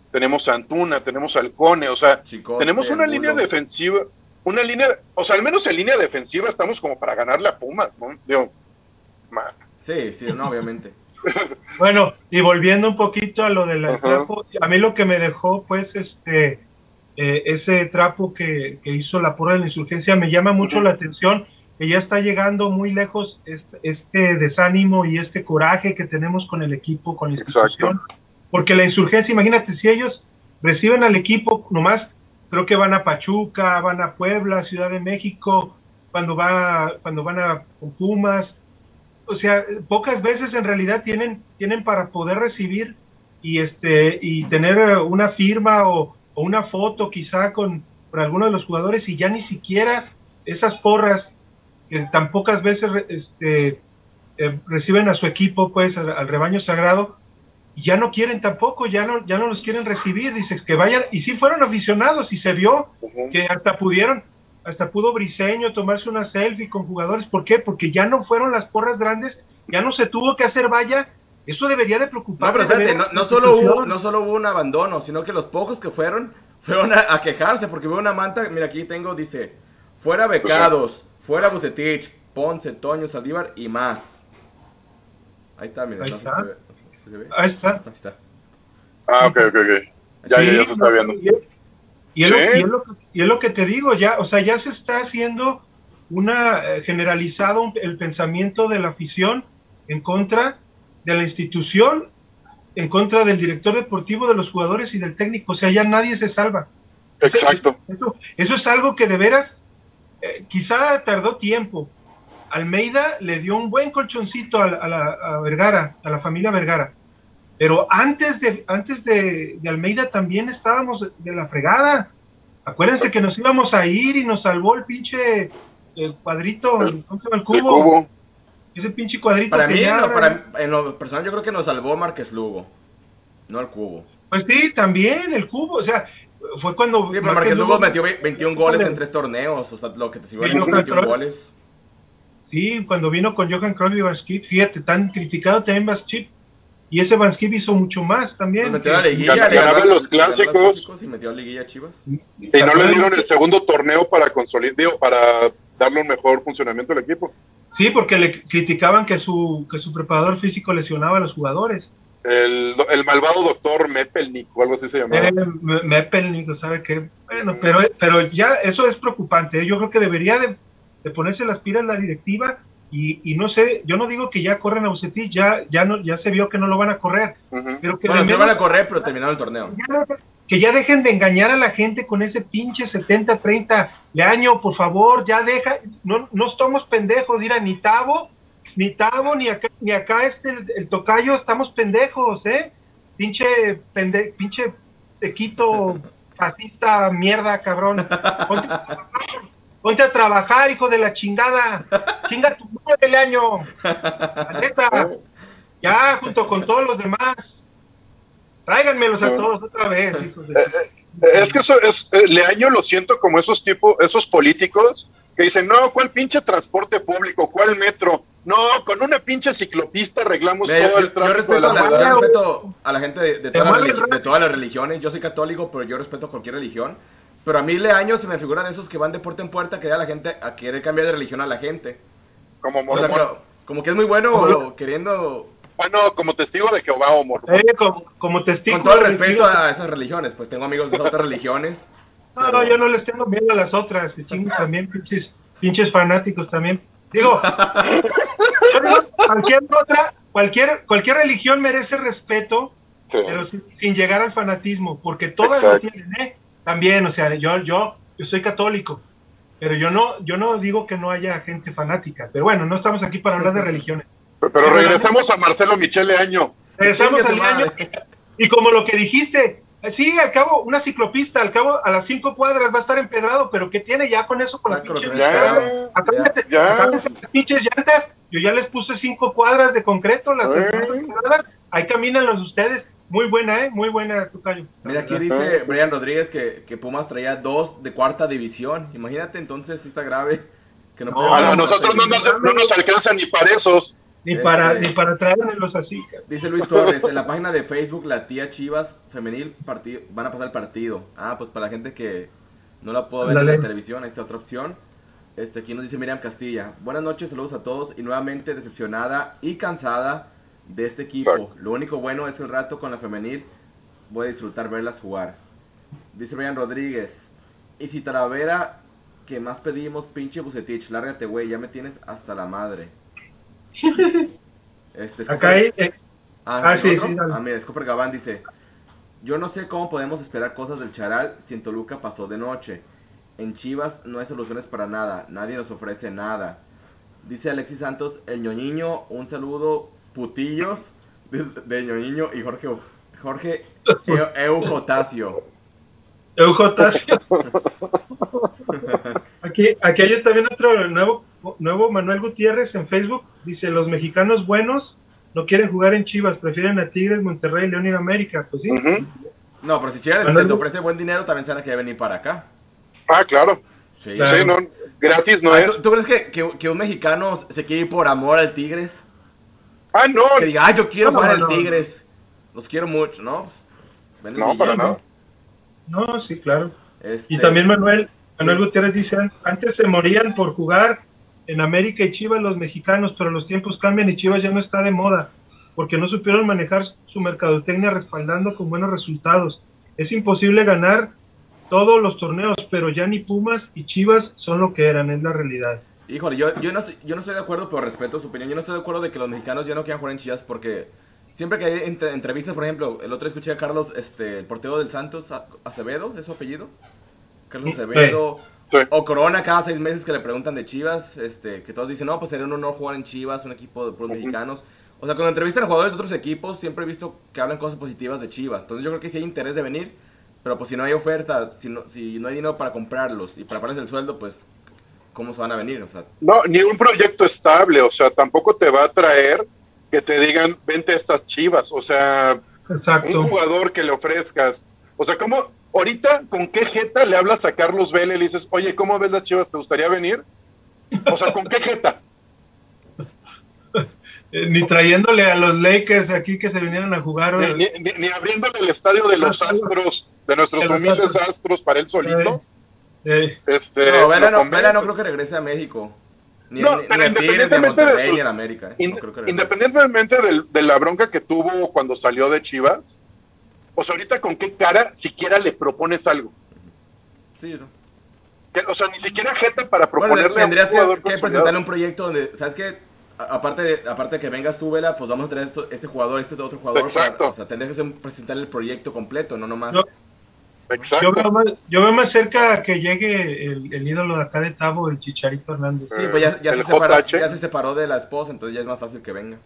B: tenemos a Antuna, tenemos al Cone, o sea,
A: Chicote,
B: tenemos una
A: Angulo.
B: línea defensiva, una línea, o sea, al menos en línea defensiva estamos como para ganarle a Pumas, ¿no? Digo, ma-
A: Sí, sí, no, obviamente.
C: Bueno, y volviendo un poquito a lo del
B: Ajá.
C: trapo, a mí lo que me dejó, pues, este, eh, ese trapo que, que hizo la porra de la insurgencia, me llama mucho
B: Ujú.
C: la atención, que ya está llegando muy lejos este, este desánimo y este coraje que tenemos con el equipo, con la institución,
B: Exacto.
C: porque la insurgencia, imagínate, si ellos reciben al equipo, nomás creo que van a Pachuca, van a Puebla, Ciudad de México, cuando, va, cuando van a Pumas, o sea, pocas veces en realidad tienen, tienen para poder recibir y, este, y tener una firma o, o una foto quizá con, con alguno de los jugadores, y ya ni siquiera esas porras que tan pocas veces este, eh, reciben a su equipo, pues al, al rebaño sagrado, y ya no quieren tampoco, ya no, ya no los quieren recibir, dices que vayan, y sí fueron aficionados, y se vio
B: Ujú.
C: que hasta pudieron, hasta pudo Briseño tomarse una selfie con jugadores. ¿Por qué? Porque ya no fueron las porras grandes, ya no se tuvo que hacer valla. Eso debería de preocupar.
A: No, pero espérate, no, no, solo hubo, no solo hubo un abandono, sino que los pocos que fueron, fueron a, a quejarse, porque veo una manta, mira aquí tengo, dice, fuera Becados, fuera Bucetich, Ponce, Toño, Saldívar y más. Ahí está, mira,
C: Ahí
A: no
C: está.
A: sé si se ve. ¿Se ve?
C: Ahí está.
A: Ahí está.
B: Ah, ok, ok, ok. Ya,
C: Sí,
B: ya, ya se está
C: no,
B: viendo.
C: Y, y es lo,
B: ¿Sí?
C: y, es lo, y es lo que te digo, ya, o sea, ya se está haciendo una eh, generalizado un- el pensamiento de la afición en contra de la institución, en contra del director deportivo, de los jugadores y del técnico. O sea, ya nadie se salva. Ese-
B: Exacto.
C: Eso, eso es algo que de veras, eh, quizá tardó tiempo. Almeida le dio un buen colchoncito a, la- a la, a Vergara, a la familia Vergara. Pero antes de, antes de, de Almeida también estábamos de la fregada. Acuérdense que nos íbamos a ir y nos salvó el pinche el cuadrito, el, ¿cómo se llama? El
B: El
C: cubo.
B: cubo.
C: Ese pinche cuadrito.
A: Para
C: que
A: mí,
C: ya-
A: no, para, en lo personal, yo creo que nos salvó Márquez Lugo, no el Cubo.
C: Pues sí, también el cubo. O sea, fue cuando.
A: Sí, pero Márquez Lugo metió ve- veintiún goles en tres torneos, o sea, lo que te sirvió
C: Sí,
A: son
C: Johan
A: veintiún
C: Cruyff.
A: goles.
C: Sí, cuando vino con Johan Cruyff y Van Schip, fíjate, tan criticado también Van Schip. Y ese Van Schip hizo mucho más también.
A: Nos metió a la
C: que-
A: liguilla,
B: Gan-
A: le
B: ganaba
A: ganó-
B: los
A: le ganó
B: clásicos.
A: y metió a la liguilla a Chivas.
B: Y no le dieron el segundo torneo para consolidar, digo, para darle un mejor funcionamiento al equipo.
C: Sí, porque le criticaban que su, que su preparador físico lesionaba a los jugadores.
B: El, el malvado doctor Mepelnik o algo así se llamaba.
C: Eh, Me- Mepelnik, ¿sabe qué? Bueno, pero, pero ya eso es preocupante. ¿eh? Yo creo que debería de, de ponerse las pilas la directiva y, y no sé, yo no digo que ya corran a Bucetich, ya, ya, no, ya se vio que no lo van a correr,
B: Ujú.
C: pero que,
A: Bueno,
C: de
A: se
C: menos-
A: van a correr, pero terminaron el torneo.
C: ya, que ya dejen de engañar a la gente con ese pinche setenta treinta de año, por favor, ya deja, no, no estamos pendejos, dirá, ni Tavo, ni Tavo, ni acá, ni acá este, el, el tocayo, estamos pendejos, ¿eh? Pinche, pende, pinche tequito fascista, mierda, cabrón. Ponte a trabajar, ponte a trabajar, hijo de la chingada. Chinga tu madre el año. La neta. Ya, junto con todos los demás. Tráiganmelos a todos otra vez, hijos de...
B: Es que eso es, eh, Leaño lo siento como esos tipos, esos políticos que dicen, no, ¿cuál pinche transporte público? ¿Cuál metro? No, con una pinche ciclopista arreglamos
A: Mira,
B: todo
A: yo,
B: el
A: yo
B: tráfico
A: respeto,
B: de la
A: a la,
B: ciudad.
A: yo respeto a la gente de, de,
C: Te
A: todas las
C: mueve
A: religi-
C: rápido.
A: de todas las religiones. Yo soy católico, pero yo respeto cualquier religión. Pero a mí Leaño se me figuran esos que van de puerta en puerta que da la gente a querer cambiar de religión a la gente.
B: Como
A: O sea,
B: mormón.
A: que- como que es muy bueno queriendo,
B: Bueno, como testigo de Jehová o mormón.
C: Eh, como, como testigo.
A: con todo el
C: de-
A: respeto a esas religiones. Pues tengo amigos de otras religiones.
C: No,
A: pero-
C: no, yo no les tengo miedo a las otras, que chingos también, pinches, pinches fanáticos también. Digo, yo digo, cualquier otra, cualquier, cualquier religión merece respeto,
B: Sí.
C: pero sin, sin llegar al fanatismo, porque todas lo
B: Exacto.
C: tienen, ¿eh? También, o sea, yo, yo, yo soy católico, pero yo no, yo no digo que no haya gente fanática, pero bueno, no estamos aquí para hablar de religiones.
B: Pero regresamos a Marcelo Michele Año.
C: Regresamos
A: Chingue su
C: al año,
A: madre.
C: y como lo que dijiste, sí, al cabo, una ciclopista, al cabo, a las cinco cuadras va a estar empedrado, pero ¿qué tiene ya con eso? Con las
A: Saco lo que
C: pinches,
A: me
B: Ya,
A: espera.
C: Apártate,
B: ya.
C: apártate las pinches llantas, yo ya les puse cinco cuadras de concreto, las
B: Eh.
C: cuadras, ahí caminan los de ustedes, muy buena, eh, muy buena, Tocayo.
A: Mira, aquí
B: Ajá.
A: dice Brian Rodríguez que, que Pumas traía dos de cuarta división. Imagínate, entonces sí está grave. Que no
C: No,
A: puede
B: A,
A: ganar
B: a nosotros no
A: cuarta
B: nos, no nos alcanza ni para esos.
C: Ni para,
A: Este-
C: ni para traérmelos así, cara.
A: Dice Luis Torres, en la página de Facebook, la tía Chivas femenil partido, van a pasar el partido. Ah, pues para la gente que no la puedo ver en
C: Ándale.
A: la televisión, ahí está otra opción. Este, aquí nos dice Miriam Castilla. Buenas noches, saludos a todos y nuevamente decepcionada y cansada de este equipo.
B: Exacto.
A: Lo único bueno es el rato con la femenil. Voy a disfrutar verlas jugar. Dice Brian Rodríguez. Y si Talavera, que más pedimos, pinche Bucetich, lárgate, güey, ya me tienes hasta la madre. Este, es
C: Acá hay, eh,
A: Ah,
C: Ah,
A: ¿el
C: sí,
A: otro?
C: sí, dale.
A: Ah, mira, Scooper Gabán dice: yo no sé cómo podemos esperar cosas del Charal si en Toluca pasó de noche. En Chivas no hay soluciones para nada, nadie nos ofrece nada. Dice Alexis Santos, el ñoñiño, un saludo, putillos, de, de ñoñiño y Jorge, Jorge Eu- Eujotasio.
C: Eujotasio. Aquí, aquí hay también otro nuevo, nuevo Manuel Gutiérrez en Facebook. Dice, los mexicanos buenos no quieren jugar en Chivas, prefieren a Tigres, Monterrey, León y América. Pues sí.
B: Ujú.
A: No, pero si Chivas les,
C: Manuel-
A: les ofrece buen dinero, también se van a querer venir para acá.
B: Ah, claro.
A: Sí.
C: Claro.
B: Sí, no, gratis no
A: Ah,
B: es.
A: ¿tú, tú crees que, que, que un mexicano se quiere ir por amor al Tigres?
B: Ah, no.
A: Que diga, ay, yo quiero
C: No,
A: jugar al
C: no, no.
A: Tigres. Los quiero mucho, ¿no? Pues, ven el
B: No, para
A: billete.
B: nada.
C: No, sí, claro.
A: Este,
C: Y también Manuel, Manuel
A: sí.
C: Gutiérrez dice, antes se morían por jugar en América y Chivas los mexicanos, pero los tiempos cambian y Chivas ya no está de moda, porque no supieron manejar su mercadotecnia respaldando con buenos resultados. Es imposible ganar todos los torneos, pero ya ni Pumas y Chivas son lo que eran, es la realidad.
A: Híjole, yo, yo, no estoy, yo no estoy de acuerdo, pero respeto su opinión. Yo no estoy de acuerdo de que los mexicanos ya no quieran jugar en Chivas porque siempre que hay entre- entrevistas, por ejemplo, el otro día escuché a Carlos, este, el portero del Santos, A- Acevedo, ¿es su apellido? Carlos
C: Sí.
A: Acevedo.
B: Sí.
A: O Corona cada seis meses que le preguntan de Chivas, este, que todos dicen, no, pues sería un honor jugar en Chivas, un equipo de puros
B: Ujú.
A: mexicanos. O sea, cuando entrevistan a jugadores de otros equipos, siempre he visto que hablan cosas positivas de Chivas. Entonces yo creo que sí hay interés de venir, pero pues si no hay oferta, si no, si no hay dinero para comprarlos y para pagarles el sueldo, pues, ¿cómo se van a venir? O sea,
B: No, ni un proyecto estable, o sea, tampoco te va a traer que te digan, vente a estas Chivas, o sea,
C: Exacto.
B: un jugador que le ofrezcas, o sea, ¿cómo, ahorita, con qué jeta le hablas a Carlos Vela y le dices, oye, ¿cómo ves las Chivas? ¿Te gustaría venir? O sea, ¿con qué jeta?
C: Eh, ni trayéndole a los Lakers aquí que se vinieran a jugar.
B: Ni, ni, ni- ni abriéndole el estadio de los Astros, de nuestros
C: De los
B: humildes
C: Astros.
B: Astros para él solito,
C: Eh,
B: este...
A: no, Vela
B: lo
A: no, Vela no
B: convence.
A: creo que regrese a México. Ni,
B: No,
A: ni-
B: pero
A: ni a Tigres, ni a
B: independientemente de
A: Monterrey,
B: sus-
A: ni a América. ¿eh?
B: Ind-
A: No creo que regrese.
B: independientemente del- de la bronca que tuvo cuando salió de Chivas, o sea, ahorita con qué cara siquiera le propones algo.
A: Sí, ¿no?
B: Que, o sea, ni siquiera jeta para
A: Bueno,
B: proponerle
A: tendrías
B: a un
A: que,
B: jugador
A: que
B: consolidado.
A: presentarle un proyecto donde, ¿sabes qué? A- Aparte de, aparte de que vengas tú, Vela, pues vamos a traer esto- este jugador, este otro jugador.
B: Exacto.
A: Para, o sea, tendrías que hacer- presentarle el proyecto completo, no nomás.
C: No. yo,
B: Exacto.
C: veo más, yo veo más cerca que llegue el, el ídolo de acá de Tabo, el Chicharito Hernández.
A: Sí, pues ya, ya,
B: El
A: se separó,
B: J H.
A: ya se separó de la esposa, entonces ya es más fácil que venga.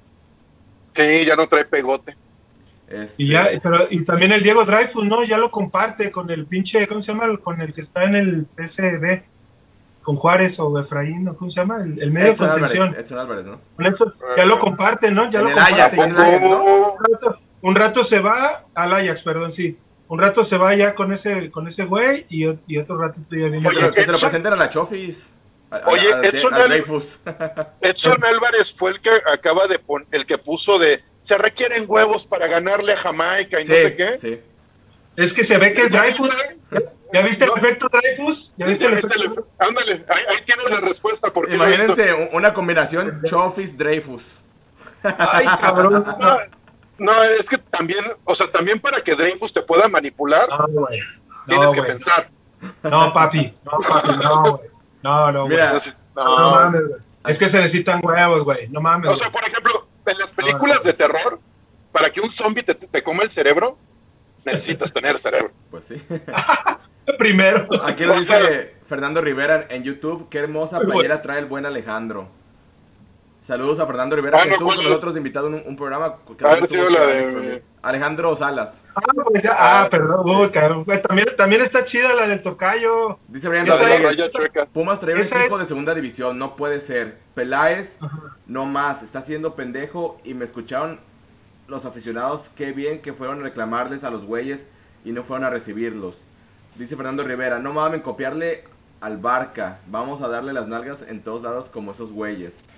B: Sí, ya no trae pegote.
A: Este,
C: Y ya, pero, y también el Diego Dreyfus, ¿no? Ya lo comparte con el pinche, ¿cómo se llama? Con el que está en el P S D, con Juárez o Efraín, ¿no? ¿Cómo se llama? El, el medio
A: Edson
C: de contención.
A: Álvarez, Edson Álvarez, ¿no?
C: Con Edson, ya lo comparte, ¿no? Ya
A: En
C: lo
A: el
C: comparte.
A: Ajax, en el Ajax, ¿no?
B: ¿Cómo?
C: Un rato, un rato se va al Ajax, perdón, sí. Un rato se va ya con ese con ese güey y, o- y otro ratito ya viene.
B: Oye,
A: Que, que se lo
B: Edson-
A: presenten a la Chofis. A, a-
B: Oye,
A: a- a-
B: Edson
A: a
B: Al-
A: Dreyfus.
B: Edson Álvarez fue el que acaba de poner, el que puso de, se requieren huevos para ganarle a Jamaica y
A: Sí,
B: no sé qué.
A: sí.
C: Es que se ve que es Dreyfus. ¿Ya viste
B: No.
C: el efecto Dreyfus? ¿Ya viste
B: Ya
C: el
B: viste
C: efecto?
B: el- Ándale, ahí, ahí tienes la respuesta. ¿Por qué lo hizo?
A: Imagínense un- una combinación Chofis Dreyfus.
C: Ay, cabrón.
B: No, no, es que también, o sea, también para que Dreyfus te pueda manipular,
C: No, güey.
B: tienes
C: No,
B: que
C: güey.
B: pensar.
C: No, papi. No, papi. No, güey. No, no, güey.
A: Mira,
B: Entonces,
C: No,
B: no.
C: mames, güey. Es que se necesitan huevos, güey. No mames.
B: O sea,
C: güey.
B: por ejemplo, en las películas de terror, para que un zombie te, te coma el cerebro, necesitas tener cerebro.
A: Pues sí.
C: Primero.
A: Aquí nos
B: O sea-
A: dice Fernando Rivera en YouTube, qué hermosa
C: Ay, güey.
A: playera trae el buen Alejandro. Saludos a Fernando Rivera,
B: Ah,
A: que
B: no,
A: estuvo
B: ¿cuál
A: con
B: es?
A: nosotros de invitado en un, un programa. Que
B: Ha
A: también
B: sido
A: estuvo
B: la
A: con
B: de-
A: Alex también. Alejandro Salas.
C: Ah, pues ya- ah, perdón.
A: Sí.
C: Uy, cabrón. Güey, también, también está chida la del tocayo.
A: Dice Brian
B: La de las
C: Esa es-
A: Rodríguez,
B: rayas chuecas.
A: Pumas trae un
C: esa
A: equipo
C: es-
A: de segunda división, no puede ser. Peláez,
C: Ajá.
A: no más, está siendo pendejo y me escucharon los aficionados, qué bien que fueron a reclamarles a los güeyes y no fueron a recibirlos. Dice Fernando Rivera, no mamen, copiarle al Barca, vamos a darle las nalgas en todos lados como esos güeyes.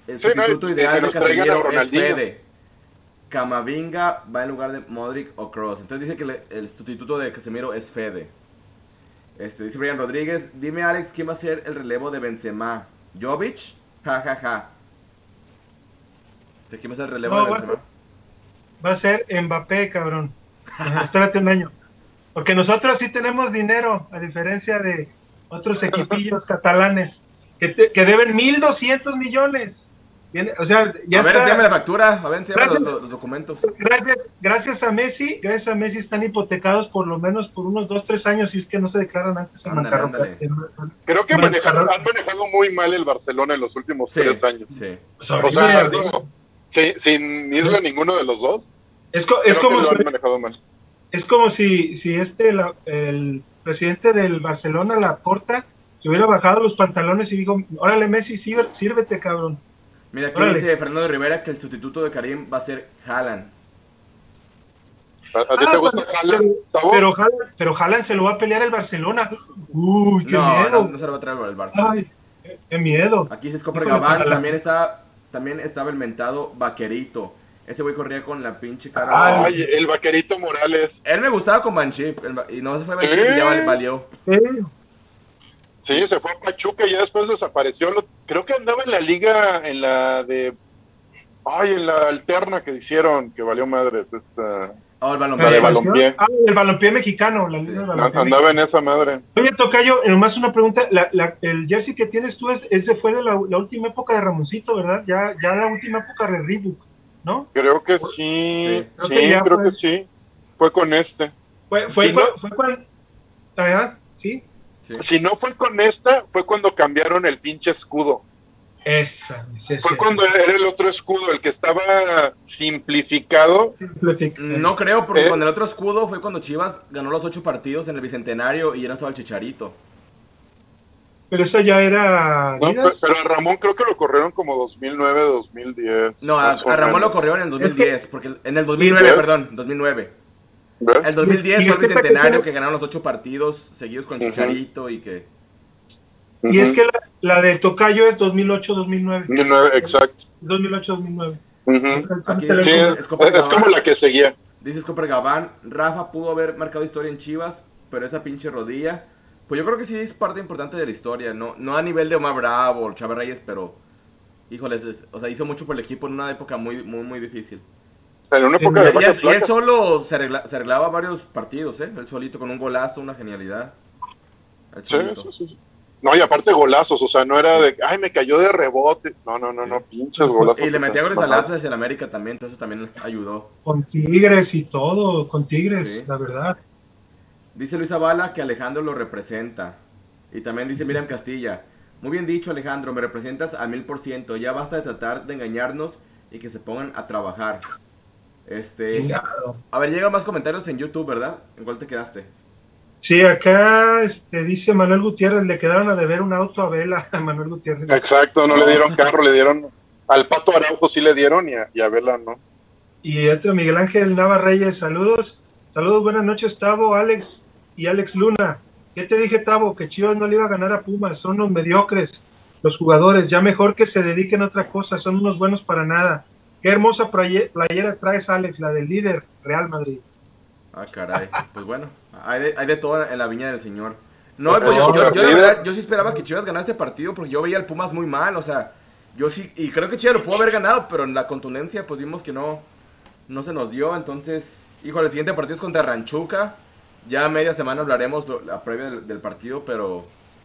A: El
B: Sí,
A: sustituto
B: no, y- y
A: ideal
B: que
A: de
B: nos traigan a
A: Casemiro es
B: Ronaldinho.
A: Fede. Camavinga va en lugar de Modric o Kroos. Entonces dice que le- el sustituto de Casemiro es Fede. Este, dice Brian Rodríguez, dime Alex, ¿quién va a ser el relevo de Benzema? ¿Jovic? Ja, ja, ja. ¿De quién va a ser el relevo
C: No,
A: de
C: va a
A: Benzema?
C: Va a ser Mbappé, cabrón. Ajá, espérate un año. Porque nosotros sí tenemos dinero, a diferencia de otros equipillos catalanes que, te- que deben mil doscientos millones. Viene- o sea, ya
A: a ver,
C: está.
A: enséñame la factura, a ver, enséñame los,
C: Gracias.
A: los- los documentos.
C: Gracias, gracias a Messi, gracias a Messi están hipotecados por lo menos por unos dos, tres años, si es que no se declaran antes en
A: Ándale,
C: bancarrota.
A: ándale.
B: Creo que
C: Bueno,
B: manejaron,
C: perdón.
B: han manejado muy mal el Barcelona en los últimos
A: Sí,
B: tres años.
A: sí.
C: Pues
B: O
C: horrible,
B: sea,
C: horrible.
B: digo, sí, sin irle a ninguno de los dos,
C: es, co-
B: creo
C: es como
B: que lo
C: si,
B: han manejado mal.
C: es como si, si este la- el presidente del Barcelona, Laporta, se hubiera bajado los pantalones y digo, órale Messi, sir- sírvete, cabrón.
A: Mira, aquí
C: Órale.
A: dice Fernando Rivera que el sustituto de Karim va a ser Haaland.
B: ¿A, a ti
C: Ah,
B: te gusta
C: pero-
B: Haaland, Tavo?
C: Pero Haaland, pero Haaland se lo va a pelear el Barcelona. Uy, qué
A: No,
C: miedo.
A: no, no se lo va a traer el Barça.
C: Ay, qué, qué miedo.
A: Aquí dice Scopper
C: Híjole,
A: Gabán,
C: para la-
A: también está, también estaba el mentado Vaquerito. Ese güey corría con la pinche cara.
B: Ay, el vaquerito Morales.
A: Él me gustaba con Banchif, y no se fue Banchif y ya val- valió.
C: Sí.
B: Sí, se fue a Pachuca y ya después desapareció. Lo- creo que andaba en la liga, en la de... Ay, en la alterna que hicieron, que valió madres. Esta...
A: Oh, el balón.
B: La de
C: Eh,
B: balompié.
C: Ah, el balompié mexicano, la
A: Sí.
C: liga de
B: No,
C: balompié
B: andaba en esa madre.
C: Oye, Tocayo, nomás una pregunta. La, la- el jersey que tienes tú, es, ese fue de la, la última época de Ramoncito, ¿verdad? Ya, ya la última época de Reebok, ¿no?
B: Creo que sí,
A: Sí.
B: sí,
C: Creo que ya
B: creo
C: fue.
B: que sí. Fue con este.
C: Fue, fue,
B: Sí,
C: cua-
B: ¿no?
C: fue cuando... Ajá, sí.
A: Sí.
B: Si no fue con esta, fue cuando cambiaron el pinche escudo.
C: Esa, ese,
B: Fue cuando era el otro escudo, el que estaba simplificado.
A: No creo, porque
B: ¿Eh?
A: con el otro escudo fue cuando Chivas ganó los ocho partidos en el Bicentenario y ya no estaba el Chicharito.
C: Pero eso ya era...
B: No,
C: Adidas.
B: pe- pero a Ramón creo que lo corrieron como dos mil nueve, dos mil diez.
A: No, a,
B: más o
A: a Ramón
B: menos.
A: lo corrieron en el dos mil diez, porque en el dos mil nueve,
B: ¿Ves?
A: perdón, dos mil nueve.
B: ¿Ves?
A: El dos mil diez
C: Y
A: fue
C: es
A: el
C: que esta
A: Bicentenario
C: cuestión-
A: que ganaron los ocho partidos seguidos con el
B: Ujú.
A: Chicharito y que...
C: Y es
B: Ujú.
C: que la, la de Tocayo es dos mil ocho dos mil nueve.
B: dos mil nueve, exacto.
C: dos mil ocho dos mil nueve.
B: Ujú.
A: Aquí
B: Sí,
A: Sí,
B: es,
A: es como
B: es como la que seguía.
A: Dice Scopper Gabán, Rafa pudo haber marcado historia en Chivas, pero esa pinche rodilla... Pues yo creo que sí es parte importante de la historia, no, no a nivel de Omar Bravo o Chávez Reyes, pero... Híjoles, es- o sea, hizo mucho por el equipo en una época muy, muy, muy difícil.
B: En una época
A: Y,
B: de
A: y él,
B: vacas
A: y él
B: flacas.
A: solo se, arregla- se arreglaba varios partidos, ¿eh? Él solito con un golazo, una genialidad. Él
B: Sí,
A: solito.
B: sí, sí. No, y aparte golazos, o sea, no era de, ay, me cayó de rebote. No, no, no,
A: Sí.
B: no, pinches golazos.
A: Y le metía goles al
B: Ajá.
A: Atlas hacia el América también, entonces también ayudó.
C: Con Tigres y todo, con Tigres,
A: Sí.
C: la verdad.
A: Dice Luis Zavala que Alejandro lo representa. Y también dice Miriam Castilla. Muy bien dicho, Alejandro, me representas al mil por ciento. Ya basta de tratar de engañarnos y que se pongan a trabajar. Este...
C: Chingado.
A: A ver, llegan más comentarios en YouTube, ¿verdad? ¿En cuál te quedaste?
C: Sí, acá este, dice Manuel Gutiérrez, le quedaron a deber un auto a Vela a Manuel Gutiérrez.
B: Exacto, no le dieron carro, le dieron, al Pato Araujo sí le dieron y a, y a Vela no.
C: Y otro Miguel Ángel Nava Reyes, saludos. Saludos, buenas noches, Tavo, Alex y Alex Luna. ¿Qué te dije, Tavo? Que Chivas no le iba a ganar a Pumas, son unos mediocres los jugadores, ya mejor que se dediquen a otra cosa, son unos buenos para nada. Qué hermosa playe- playera traes, Alex, la del líder Real Madrid.
A: Ah, caray. Pues bueno, hay de, hay de todo en la viña del señor. No,
B: Pero
A: pues yo, yo, yo, la
B: sí,
A: verdad, yo sí esperaba que Chivas ganara este partido porque yo veía al Pumas muy mal, o sea, yo sí, y creo que Chivas lo pudo haber ganado, pero en la contundencia pues vimos que no, no se nos dio, entonces, híjole, el siguiente partido es contra Ranchuca, ya a media semana hablaremos lo- la previa del, del partido, pero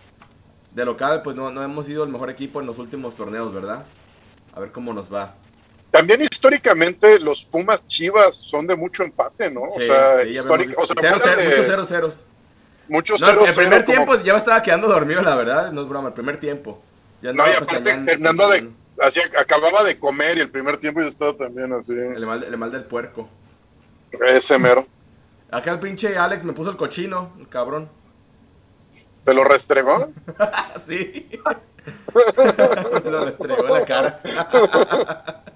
A: de local pues no, no hemos sido el mejor equipo en los últimos torneos, ¿verdad? A ver cómo nos va.
B: También históricamente los Pumas Chivas son de mucho empate, ¿no?
A: Sí,
B: o sea,
A: sí, ya habíamos
B: históric-
A: visto.
B: o sea,
A: Cero,
B: fuera
A: cero,
B: de
A: muchos cero ceros.
B: muchos
A: No,
B: ceros,
A: el primer
B: cero, como-
A: tiempo ya me estaba quedando dormido, la verdad, no es broma, el primer tiempo. Ya
B: No,
A: andaba
B: y aparte
A: pestañeando,
B: Fernando de,
A: pestañeando.
B: hacía, acababa de comer y el primer tiempo yo estaba también así,
A: El mal, el mal del puerco.
B: ese mero.
A: Acá el pinche Alex me puso el cochino, el cabrón.
B: ¿Te lo restregó?
A: Sí. Me lo restregó en la cara.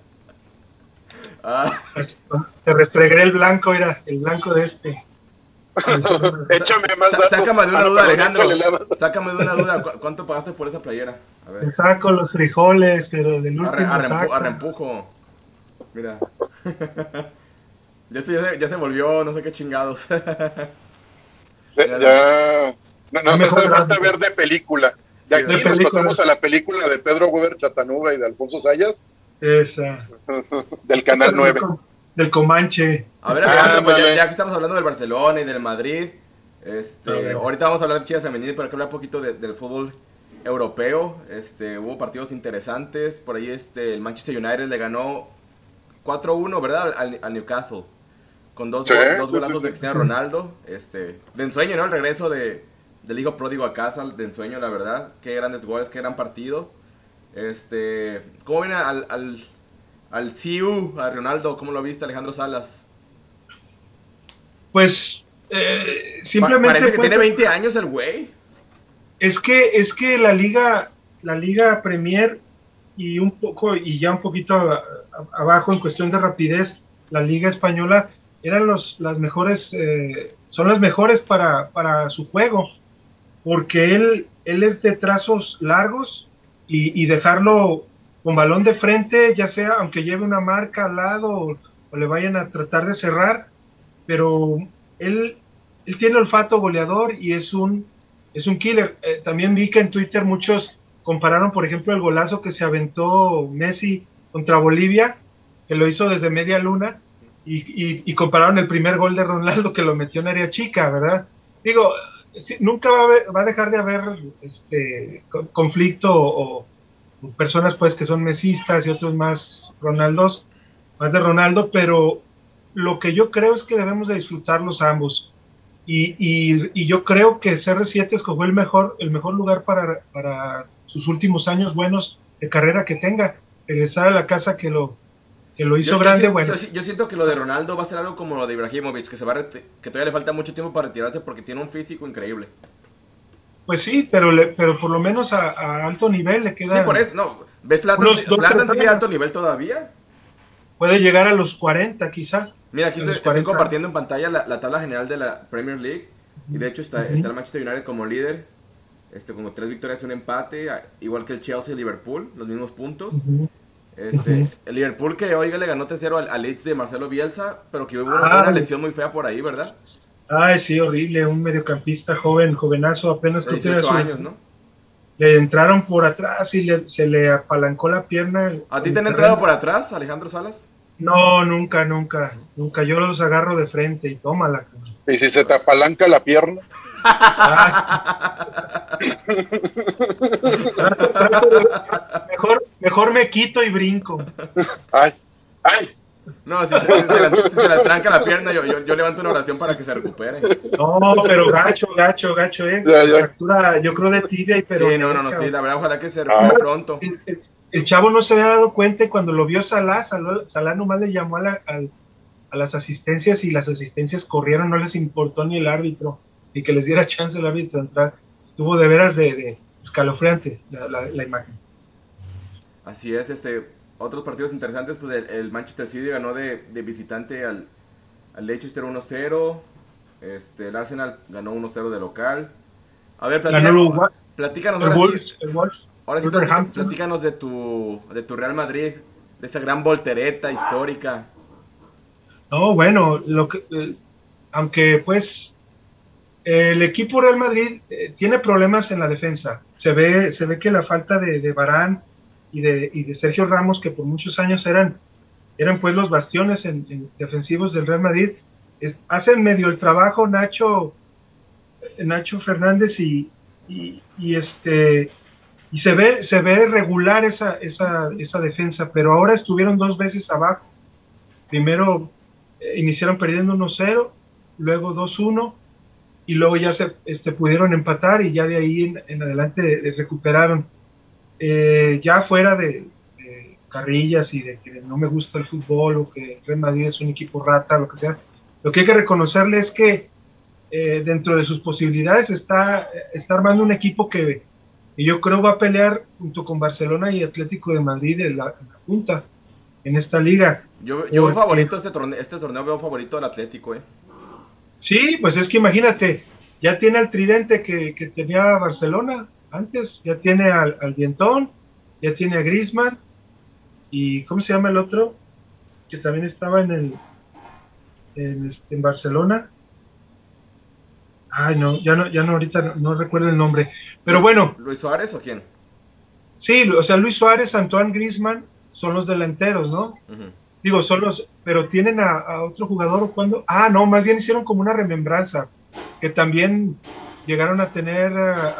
A: Ah,
C: Te restregué el blanco, era el blanco de este.
B: Échame más datos.
A: Sácame de una
B: Ah, no,
A: duda,
B: perdón,
A: Alejandro.
B: échale la-
A: Sácame de una duda. ¿Cu- ¿Cuánto pagaste por esa playera? A ver.
C: Te saco los frijoles, pero del
A: Arre,
C: último
A: arrempu-
C: saco.
A: arrempujo. Mira. Ya, esto ya, se, ya se volvió no sé qué chingados.
B: Ya, ya- no, no,
C: Es
B: se
C: mejor
B: hace falta
C: gráfico.
B: ver de película. De
A: Sí,
B: aquí
A: de
B: nos
C: película.
B: pasamos a la película de Pedro Weber Chatanuga y de Alfonso Sayas,
C: Esa.
B: del Canal nueve.
C: Del Comanche.
A: A ver, Alejandro,
B: Ah,
A: pues ya,
B: vale.
A: ya que estamos hablando del Barcelona y del Madrid, este,
C: A ver.
A: ahorita vamos a hablar de Chivas Femenil, pero hay que hablar un poquito de- del fútbol europeo. Este, hubo partidos interesantes. Por ahí este, el Manchester United le ganó cuatro uno, ¿verdad? Al, al Newcastle. Con dos,
B: Sí,
A: go- dos
B: sí,
A: golazos
B: sí,
A: de
B: sí.
A: Cristiano Ronaldo. Este, de ensueño, ¿no? El regreso de, del hijo pródigo a casa, de ensueño, la verdad. Qué grandes goles, qué gran partido. Este, ¿cómo viene al, al, al C U, a Ronaldo? ¿Cómo lo viste, Alejandro Salas?
C: Pues eh,
A: Pa-
C: simplemente
A: Parece que
C: pues,
A: tiene veinte años el güey.
C: es que es que la liga la liga Premier y un poco y ya un poquito a- a- abajo en cuestión de rapidez la liga española eran los las mejores eh, son las mejores para, para su juego porque él él es de trazos largos y, y dejarlo con balón de frente, ya sea aunque lleve una marca al lado o, o le vayan a tratar de cerrar, pero él, él tiene olfato goleador y es un, es un killer. Eh, también vi que en Twitter muchos compararon, por ejemplo, el golazo que se aventó Messi contra Bolivia, que lo hizo desde media luna, y, y, y compararon el primer gol de Ronaldo que lo metió en área chica, ¿verdad? Digo, sí, nunca va a, haber, va a dejar de haber este con- conflicto o, o personas pues que son mesistas y otros más Ronaldos, más de Ronaldo, pero lo que yo creo es que debemos de disfrutarlos ambos. Y, y, y yo creo que C R siete escogió el mejor, el mejor lugar para, para sus últimos años buenos de carrera que tenga. Regresar a la casa que lo, que lo hizo
A: Yo, yo
C: grande,
A: si-
C: bueno.
A: yo si- yo siento que lo de Ronaldo va a ser algo como lo de Ibrahimovic, que se va a reti- que todavía le falta mucho tiempo para retirarse porque tiene un físico increíble.
C: Pues sí, pero, le, pero por lo menos a, a alto nivel le queda.
A: Sí, por eso, no. ¿Ves Zlatan?
C: Unos dos,
A: ¿Zlatan
C: tres
A: sigue a
C: años.
A: alto nivel todavía?
C: Puede llegar a los cuarenta, quizá.
A: Mira, aquí
C: A
A: estoy,
C: los
A: estoy
C: cuarenta.
A: compartiendo en pantalla la, la tabla general de la Premier League. Y de hecho está,
C: Ujú.
A: está el Manchester United como líder, este, con tres victorias y un empate, a- igual que el Chelsea y Liverpool, los mismos puntos.
C: Ujú.
A: Este,
C: Ujú.
A: el Liverpool que oiga le ganó tres cero al, al Leeds de Marcelo Bielsa, pero que hubo una,
C: Ah,
A: una lesión muy fea por ahí, ¿verdad?
C: Ay, sí, horrible, un mediocampista joven, jovenazo, apenas
A: De
C: creo que era
A: dieciocho
C: su-
A: años, ¿no?
C: Le entraron por atrás y le- se le apalancó la pierna.
A: ¿A ti
C: en
A: te han
C: el
A: entrado
C: terreno.
A: por atrás, Alejandro Salas?
C: No, nunca, nunca, nunca. Yo los agarro de frente y tómala. cabrón.
B: Y si se te apalanca la pierna,
C: Ah. Trato- trato de- mejor, mejor me quito y brinco.
B: ay, ay,
A: No, si, se- si se la, si se la tranca la pierna, yo, yo, yo levanto una oración para que se recupere.
C: No, pero gacho, gacho, gacho, eh.
B: Ya, ya.
C: Fractura, yo creo de tibia y pero.
A: Sí, no, no, no, sí, la verdad, ojalá que se recupere
B: Ah.
A: pronto.
C: El, el- el chavo no se había dado cuenta y cuando lo vio Salah, Salah, Salah nomás le llamó a, la- al- a las asistencias y las asistencias corrieron, no les importó ni el árbitro, ni que les diera chance el árbitro de entrar. Estuvo de veras de, de escalofriante la, la- la imagen.
A: Así es, este, otros partidos interesantes, pues el, el Manchester City ganó de, de visitante al, al Leicester uno cero, este, el Arsenal ganó uno cero de local. A ver,
C: Ganó el
A: platícanos,
C: Uruguay,
A: platícanos
C: el
A: ahora sí,
C: Wolves, el Wolves.
A: ahora sí
C: Wolverhampton.
A: platícanos, platícanos de tu, de tu Real Madrid, de esa gran voltereta histórica.
C: No, bueno, lo que, eh, aunque pues el equipo Real Madrid eh, tiene problemas en la defensa. Se ve, se ve que la falta de, de Varane y de, y de Sergio Ramos, que por muchos años eran, eran pues los bastiones en, en defensivos del Real Madrid, es- hacen medio el trabajo Nacho, eh, Nacho Fernández y, y, y este y se ve, se ve regular esa, esa, esa defensa, pero ahora estuvieron dos veces abajo. Primero eh, iniciaron perdiendo uno cero, luego dos uno, y luego ya se este, pudieron empatar y ya de ahí en, en adelante eh, recuperaron. Eh, ya fuera de, de carrillas y de que no me gusta el fútbol o que Real Madrid es un equipo rata, lo que sea, lo que hay que reconocerle es que eh, dentro de sus posibilidades está, está armando un equipo que, que yo creo va a pelear junto con Barcelona y Atlético de Madrid en la, en la punta en esta liga.
A: Yo, yo veo
C: Porque-
A: favorito este torneo, este torneo veo favorito al Atlético, eh.
C: Sí, pues es que imagínate, ya tiene al tridente que, que tenía Barcelona antes, ya tiene al, al Dientón, ya tiene a Griezmann, y ¿cómo se llama el otro? Que también estaba en el en, este, en Barcelona. Ay, no, ya no, ya no, ahorita no, no recuerdo el nombre. Pero bueno,
A: ¿Luis Suárez o quién?
C: sí, o sea, Luis Suárez, Antoine Griezmann son los delanteros, ¿no?
A: Ujú.
C: Digo, son los, pero tienen a, a otro jugador o cuando. Ah, no, más bien hicieron como una remembranza, que también llegaron a tener,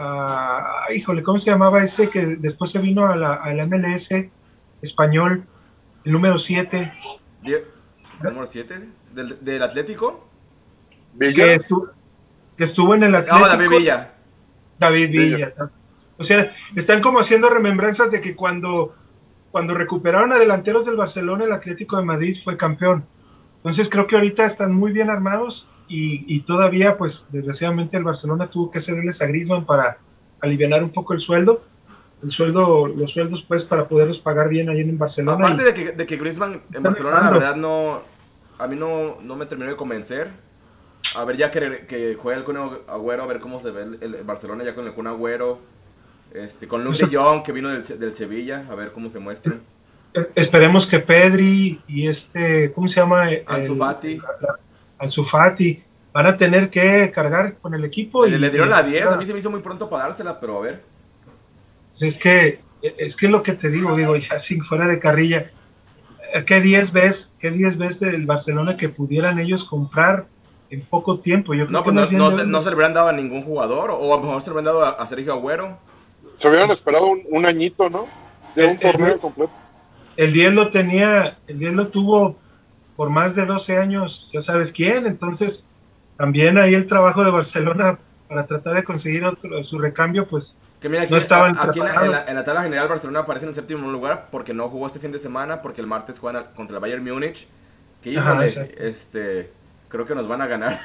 C: a, a- híjole, ¿cómo se llamaba ese que después se vino a la, a la M L S español, el número siete,
A: Die- Número siete ¿Del, del Atlético?
C: que
B: Villa,
C: estuvo, que estuvo en el
A: Ah, David
C: Atlético,
A: Villa.
C: David
B: Villa.
C: Villa. ta- O sea, están como haciendo remembranzas de que cuando, cuando recuperaron a delanteros del Barcelona, el Atlético de Madrid fue campeón. Entonces creo que ahorita están muy bien armados y, y todavía, pues desgraciadamente el Barcelona tuvo que cederles a Griezmann para alivianar un poco el sueldo, el sueldo, los sueldos pues para poderlos pagar bien ahí en Barcelona.
A: Aparte
C: Y
A: de que, de que Griezmann en
C: están
A: Barcelona, la
C: rifando.
A: verdad, no. A mí no, no me terminó de convencer. A ver, ya que, que juega el Kun Agüero, a ver cómo se ve el, el Barcelona ya con el Kun Agüero. Este, con Luke
C: Eso-
A: de Jong, que vino del, del Sevilla, a ver cómo se muestran.
C: Eh, Esperemos que Pedri y este, ¿cómo se llama? El-
A: Ansu Fati.
C: Ansu Fati van a tener que cargar con el equipo.
A: Le,
C: y,
A: le dieron
C: y-
A: la diez, a mí se me hizo muy pronto para dársela, pero a ver.
C: Pues es que, es que lo que te digo, digo, ya sin fuera de carrilla, eh, ¿qué diez ves, qué diez ves del Barcelona que pudieran ellos comprar en poco tiempo? Yo creo
A: No,
C: que
A: pues no,
C: más bien
A: no, se,
C: deben-
A: no se le hubieran dado a ningún jugador, o a lo mejor se le hubieran dado a, a Sergio Agüero.
B: se hubieran esperado un, un añito, ¿no? De
C: El-
B: un torneo
C: el-
B: completo.
C: el diez lo tenía, el diez lo tuvo por más de doce años, ya sabes quién, entonces también ahí el trabajo de Barcelona para tratar de conseguir otro, su recambio, pues
A: Que mira, aquí,
C: no estaban
A: a- aquí en, la, en, la,
C: preparados.
A: en la tabla general Barcelona aparece en el séptimo lugar porque no jugó este fin de semana, porque el martes juegan al- contra el Bayern Múnich. Que
C: Ajá,
A: híjole,
C: exacto.
A: este, creo que nos van a ganar.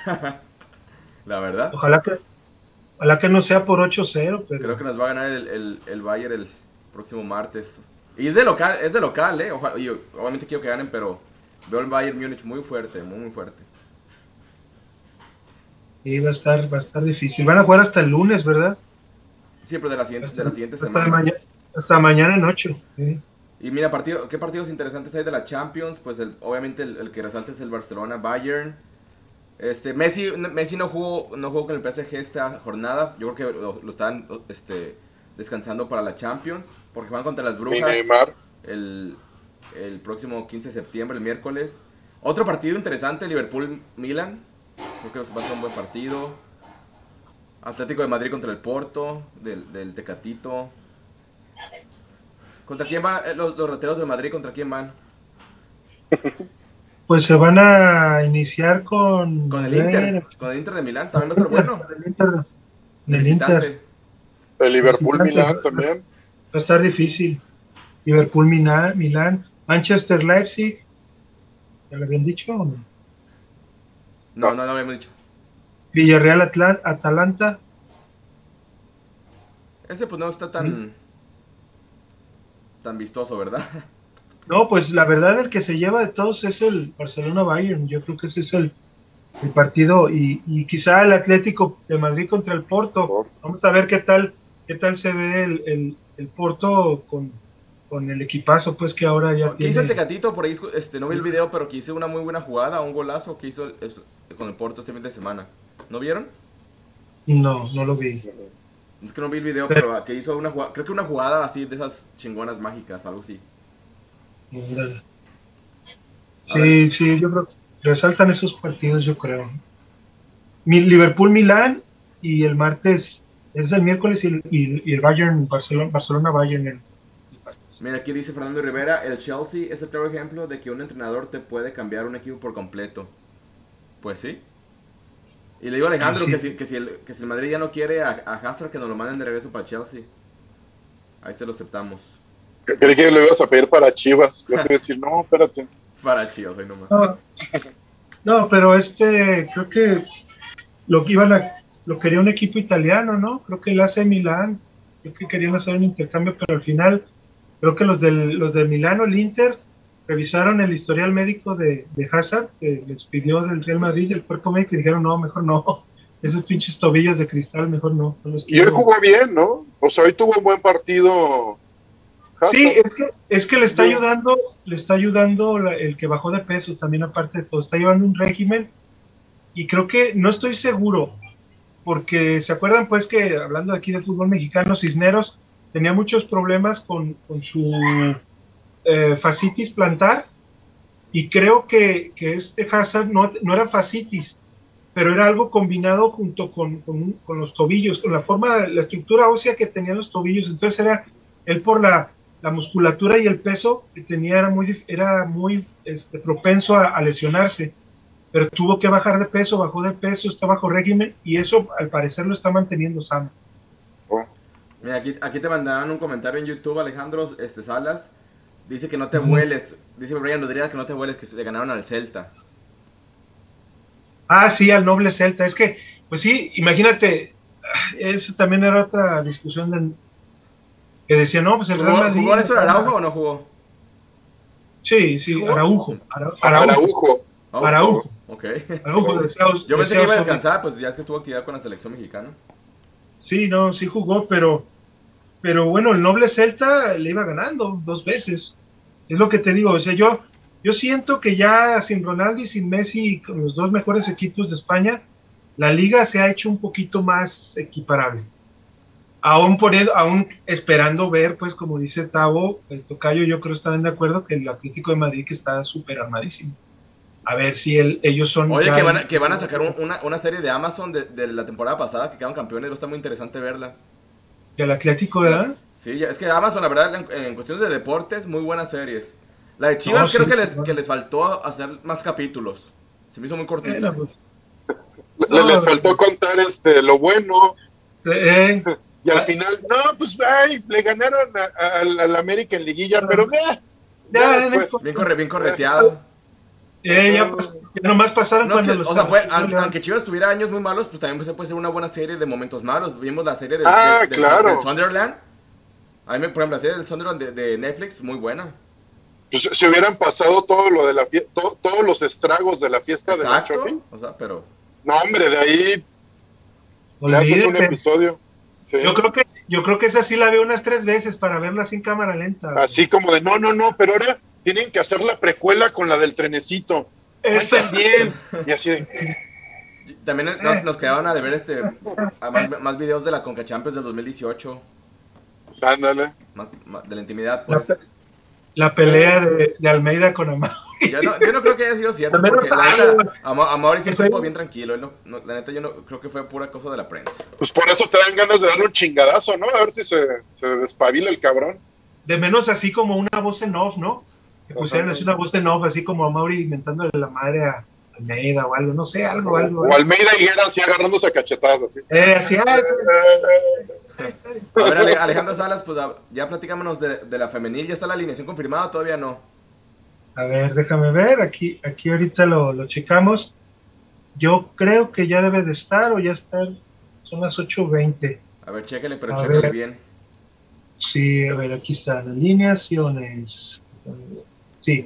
A: La verdad.
C: Ojalá que, ojalá que no sea por ocho cero, pero
A: Creo que nos va a ganar el, el, el Bayern el próximo martes. Y es de local, es de local, eh. Ojalá, y obviamente quiero que ganen, pero veo el Bayern Múnich muy fuerte, muy muy fuerte.
C: sí, va a estar, va a estar difícil. Van a jugar hasta el lunes, ¿verdad?
A: Sí, pero de la siguiente, de la siguiente
C: hasta,
A: semana.
C: mañana, hasta mañana en ocho. ¿Sí?
A: Y mira, partido, ¿qué partidos interesantes hay de la Champions? Pues el, obviamente el, el que resalta es el Barcelona-Bayern. Este, Messi, Messi no jugó, no jugó con el P S G esta jornada. Yo creo que lo, lo estaban este, descansando para la Champions. Porque van contra las
B: Y
A: Brujas
B: Neymar.
A: el, el próximo quince de septiembre, el miércoles. Otro partido interesante, Liverpool-Milan. Creo que va a ser un buen partido. Atlético de Madrid contra el Porto, del, del Tecatito. ¿Contra quién van eh, los, los rateros de Madrid? ¿Contra quién van?
C: Pues se van a iniciar con...
A: Con el
C: a ver,
A: Inter. Con el Inter de Milán. También va a estar bueno.
C: con el Inter,
A: De
C: con el Inter.
A: visitante.
B: El Liverpool
C: Visitante.
B: Milán también.
C: Va a estar difícil. Liverpool, Milán, Milán, Manchester, Leipzig. ¿Ya lo habían dicho o no?
A: No, no lo habíamos dicho.
C: Villarreal, Atla- Atalanta.
A: Ese pues no está tan... Tan vistoso, ¿verdad?
C: No, pues la verdad el que se lleva de todos es el Barcelona-Bayern. Yo creo que ese es el, el partido y, y quizá el Atlético de Madrid contra el Porto.
B: Porto.
C: Vamos a ver qué tal qué tal se ve el, el, el Porto con, con el equipazo pues que ahora ya
A: ¿Qué hizo el
C: tiene.
A: Tecatito? Por ahí este, no vi el video, pero que hizo una muy buena jugada, un golazo que hizo el- es- con el Porto este fin de semana. ¿No vieron?
C: No, no lo vi.
A: Es que no vi el video, pero que hizo una jugada, creo que una jugada así de esas chingonas mágicas, algo así.
C: Órale.
A: A
C: Sí, sí, yo creo que resaltan esos partidos, yo creo. Mi, Liverpool-Milán y el martes, es el miércoles y el, y, y el Bayern, Barcelona, Barcelona-Bayern. El,
A: Mira, aquí dice Fernando Rivera, el Chelsea es el claro ejemplo de que un entrenador te puede cambiar un equipo por completo. Pues sí. Y le digo a Alejandro
C: Sí.
A: que, si, que, si el, que si el Madrid ya no quiere a, a Hazard, que nos lo manden de regreso para Chelsea. Ahí se lo aceptamos.
B: Creí que lo ibas a pedir para Chivas. Yo te iba a decir, no, espérate.
A: Para Chivas, ahí nomás.
C: no, no, pero este, creo que lo que iban a, lo quería un equipo italiano, ¿no? Creo que el A C Milán, creo que querían hacer un intercambio, pero al final, creo que los del, los de Milano, el Inter, revisaron el historial médico de, de Hazard, que les pidió del Real Madrid, el cuerpo médico, y dijeron, no, mejor no, esos pinches tobillos de cristal, mejor no. no los
B: y hoy jugó bien, ¿no? O sea, hoy tuvo un buen partido. Hazard.
C: Sí, es que, es que le está ayudando, le está ayudando la, el que bajó de peso también, aparte de todo, está llevando un régimen, y creo que, no estoy seguro, porque se acuerdan pues que, hablando aquí del fútbol mexicano, Cisneros tenía muchos problemas con, con su eh, fascitis plantar, y creo que, que este Hazard no, no era fascitis, pero era algo combinado junto con, con, con los tobillos, con la forma, la estructura ósea que tenían los tobillos. Entonces era, él por la, la musculatura y el peso que tenía era muy, era muy este, propenso a, a lesionarse, pero tuvo que bajar de peso, bajó de peso, está bajo régimen, y eso al parecer lo está manteniendo sano.
A: Mira, aquí, aquí te mandaron un comentario en YouTube, Alejandro este, Salas. Dice que no te vueles. Dice Brian Rodríguez que no te vueles, que se le ganaron al Celta.
C: Ah, sí, al noble Celta. Es que, pues sí, imagínate, eso también era otra discusión de, que decía, no, pues el Real Madrid...
A: ¿Jugó Néstor Araujo o no jugó?
C: Sí, sí,
A: ¿Jugó?
C: Araujo. Ara,
B: Araujo. Araujo.
A: Oh,
C: Araujo.
A: Ok.
C: Araujo, decía,
A: Yo pensé
C: decía
A: que iba a
C: Osorio.
A: descansar, pues ya es que tuvo actividad con la selección mexicana.
C: Sí, no, sí jugó, pero, pero bueno, el noble Celta le iba ganando dos veces. Es lo que te digo, o sea, yo, yo siento que ya sin Ronaldo y sin Messi, con los dos mejores equipos de España, la liga se ha hecho un poquito más equiparable. Aún poniendo, aún esperando ver, pues como dice Tavo, el tocayo, yo creo están de acuerdo que el Atlético de Madrid que está súper armadísimo. A ver si el, ellos son...
A: Oye, que van, a, que van a sacar un, una, una serie de Amazon de, de la temporada pasada, que quedaron campeones, va a estar muy interesante verla.
C: ¿El Atlético, verdad?
A: Sí, ya, es que Amazon, la verdad, en, en cuestiones de deportes, muy buenas series. La de Chivas
C: No,
A: creo
C: sí,
A: que, les,
C: claro.
A: que les faltó hacer más capítulos. Se me hizo muy cortita.
C: Bueno, pues,
B: Le,
C: No,
B: les faltó contar este lo bueno.
C: eh,
B: Y al
C: Ah.
B: final, no, pues, ay, le ganaron al América en liguilla,
C: No.
B: pero eh,
C: Ya,
B: ya
C: no
B: después.
C: importa.
A: Bien, corre, bien correteado.
C: eh, ya, pues, ya nomás pasaron
A: No, es
C: cuando
A: que,
C: los...
A: o sea, puede- aunque, aunque Chivas tuviera años muy malos, pues también se puede ser una buena serie de momentos malos. Vimos la serie del,
B: Ah,
A: del- del-
B: claro.
A: del Sunderland. A mí, me- por ejemplo, la serie del Sunderland de, de Netflix, muy buena.
B: Pues se hubieran pasado todo lo de la fie- to- todos los estragos de la fiesta de
A: Exacto.
B: Nacho Pins.
A: O sea, pero...
B: No, hombre, de ahí le haces un
C: Olvídate.
B: episodio. Sí.
C: Yo creo que yo creo que esa sí la veo unas tres veces para verla sin cámara lenta.
B: Así como de, no, no, no, pero ahora tienen que hacer la precuela con la del trenecito. Ay,
C: Esa-
B: también. Y así de,
A: También nos, nos quedaban a deber este, a más, más videos de la Conca Champions del dos mil dieciocho.
B: ándale.
A: Más, más de la intimidad,
C: La,
A: pues.
C: pe- la pelea de, de Almeida con Amado.
A: Yo no, yo no creo que haya sido cierto,
C: También
A: porque
C: no
A: la
C: sabe.
A: neta, Ama- Amaury siempre
C: Sí.
A: estuvo bien tranquilo. Él no, no- la neta, yo no creo que fue pura cosa de la prensa.
B: Pues por eso te dan ganas de darle un chingadazo, ¿no? A ver si se, se despabila el cabrón.
C: De menos así como una voz en off, ¿no? Que pusieran
B: Ajá.
C: así una voz en off, así como a Mauri inventándole la madre a Almeida o algo, no sé, algo, algo.
B: O Almeida Higuera así agarrándose a cachetadas, así.
C: Eh, así, ah,
A: A ver, Ale- Alejandro Salas, pues a- ya platicámonos de, de la femenil. ¿Ya está la alineación confirmada? Todavía no.
C: a ver, déjame ver, aquí, aquí ahorita lo, lo checamos. Yo creo que ya debe de estar o ya está, son las ocho veinte.
A: A ver, chéquele, pero
C: A
A: chéquele
C: ver.
A: bien.
C: Sí, a ver, aquí están alineaciones. Sí.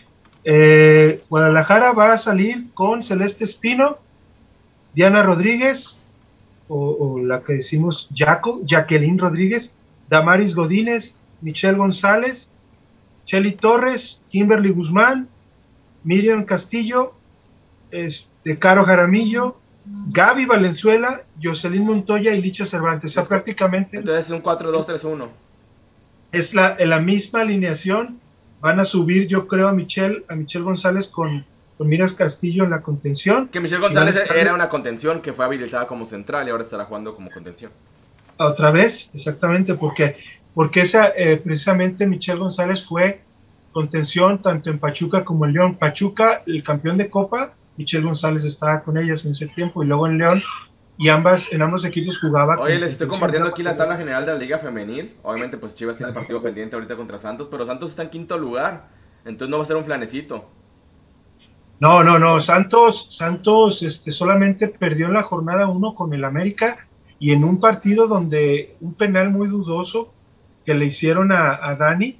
C: Eh, Guadalajara va a salir con Celeste Espino, Diana Rodríguez, o, o la que decimos Jaco, Jacqueline Rodríguez, Damaris Godínez, Michelle González, Chely Torres, Kimberly Guzmán, Miriam Castillo, este, Caro Jaramillo, Gaby Valenzuela, Jocelyn Montoya y Licha Cervantes. O sea,
A: Es-
C: prácticamente
A: Entonces es un cuatro dos tres uno.
C: es la, en la misma alineación. Van a subir, yo creo, a Michelle, a Michelle González con, con Miras Castillo en la contención.
A: Que Michelle González
C: Y van a estar-
A: era una contención que fue habilitada como central y ahora estará jugando como contención.
C: Otra vez, exactamente, porque, porque esa, eh, precisamente Michelle González fue contención tanto en Pachuca como en León. Pachuca, el campeón de Copa, Michelle González estaba con ellas en ese tiempo, y luego en León, y ambas, en ambos equipos jugaba.
A: Oye,
C: con
A: les estoy
C: contención.
A: compartiendo aquí la tabla general de la Liga Femenil. Obviamente, pues Chivas tiene el partido pendiente ahorita contra Santos, pero Santos está en quinto lugar. Entonces no va a ser un flanecito.
C: No, no, no, Santos, Santos este, solamente perdió en la jornada uno con el América, y en un partido donde un penal muy dudoso que le hicieron a, a Dani,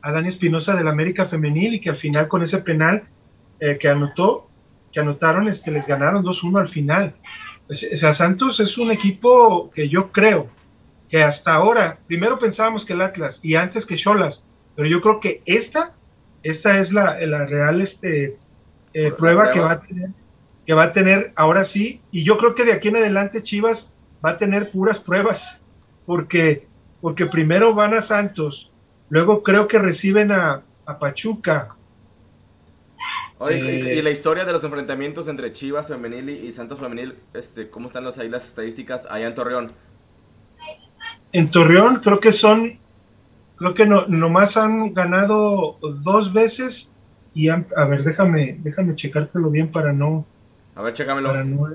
C: a Dani Espinosa del América Femenil y que al final con ese penal eh, que anotó, que anotaron, este, les ganaron dos uno al final. Pues, o sea, Santos es un equipo que yo creo que hasta ahora, primero pensábamos que el Atlas y antes que Xolas, pero yo creo que esta, esta es la, la real este, eh, prueba, prueba que va a tener, que va a tener ahora sí, y yo creo que de aquí en adelante Chivas va a tener puras pruebas, porque, porque primero van a Santos, luego creo que reciben a, a Pachuca.
A: Oye, eh, y, y la historia de los enfrentamientos entre Chivas Femenil y, y Santos Femenil, este, ¿cómo están los, ahí las estadísticas allá en Torreón?
C: En Torreón creo que son, creo que no, nomás han ganado dos veces y han, a ver, déjame, déjame checártelo bien para no...
A: A ver, chécamelo.
C: Para no,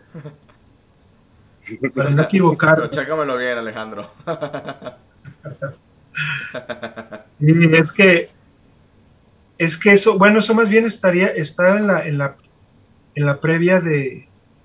C: para no equivocar.
A: Pero chécamelo bien, Alejandro.
C: Y es que, es que eso, bueno, eso más bien estaría, está en la, en la, en la previa de,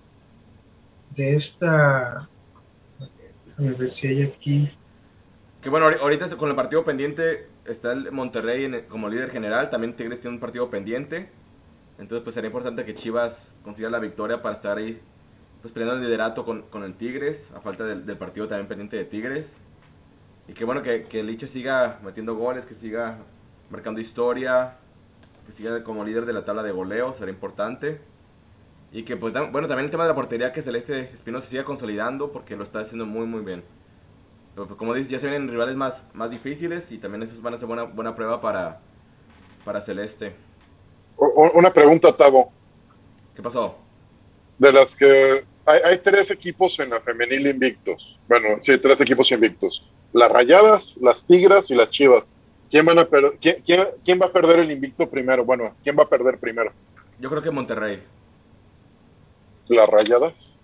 C: de esta, déjame ver si hay aquí.
A: Que bueno, ahorita con el partido pendiente está el Monterrey en, como líder general, también Tigres tiene un partido pendiente, entonces pues sería importante que Chivas consiga la victoria para estar ahí pues peleando el liderato con, con el Tigres, a falta del, del partido también pendiente de Tigres, y que bueno, que, que Liche siga metiendo goles, que siga marcando historia, que siga como líder de la tabla de goleo, será importante, y que pues bueno, también el tema de la portería, que Celeste Espinosa siga consolidando, porque lo está haciendo muy muy bien. Pero como dices, ya se vienen rivales más, más difíciles y también esos van a ser buena, buena prueba para, para Celeste.
B: Una pregunta, Tavo.
A: ¿Qué pasó?
B: De las que... Hay, hay tres equipos en la femenil invictos. Bueno, sí, tres equipos invictos. Las Rayadas, las Tigras y las Chivas. ¿Quién, van a per ¿Quién, quién, ¿Quién va a perder el invicto primero? Bueno, ¿quién va a perder primero?
A: Yo creo que Monterrey.
B: ¿Las Rayadas?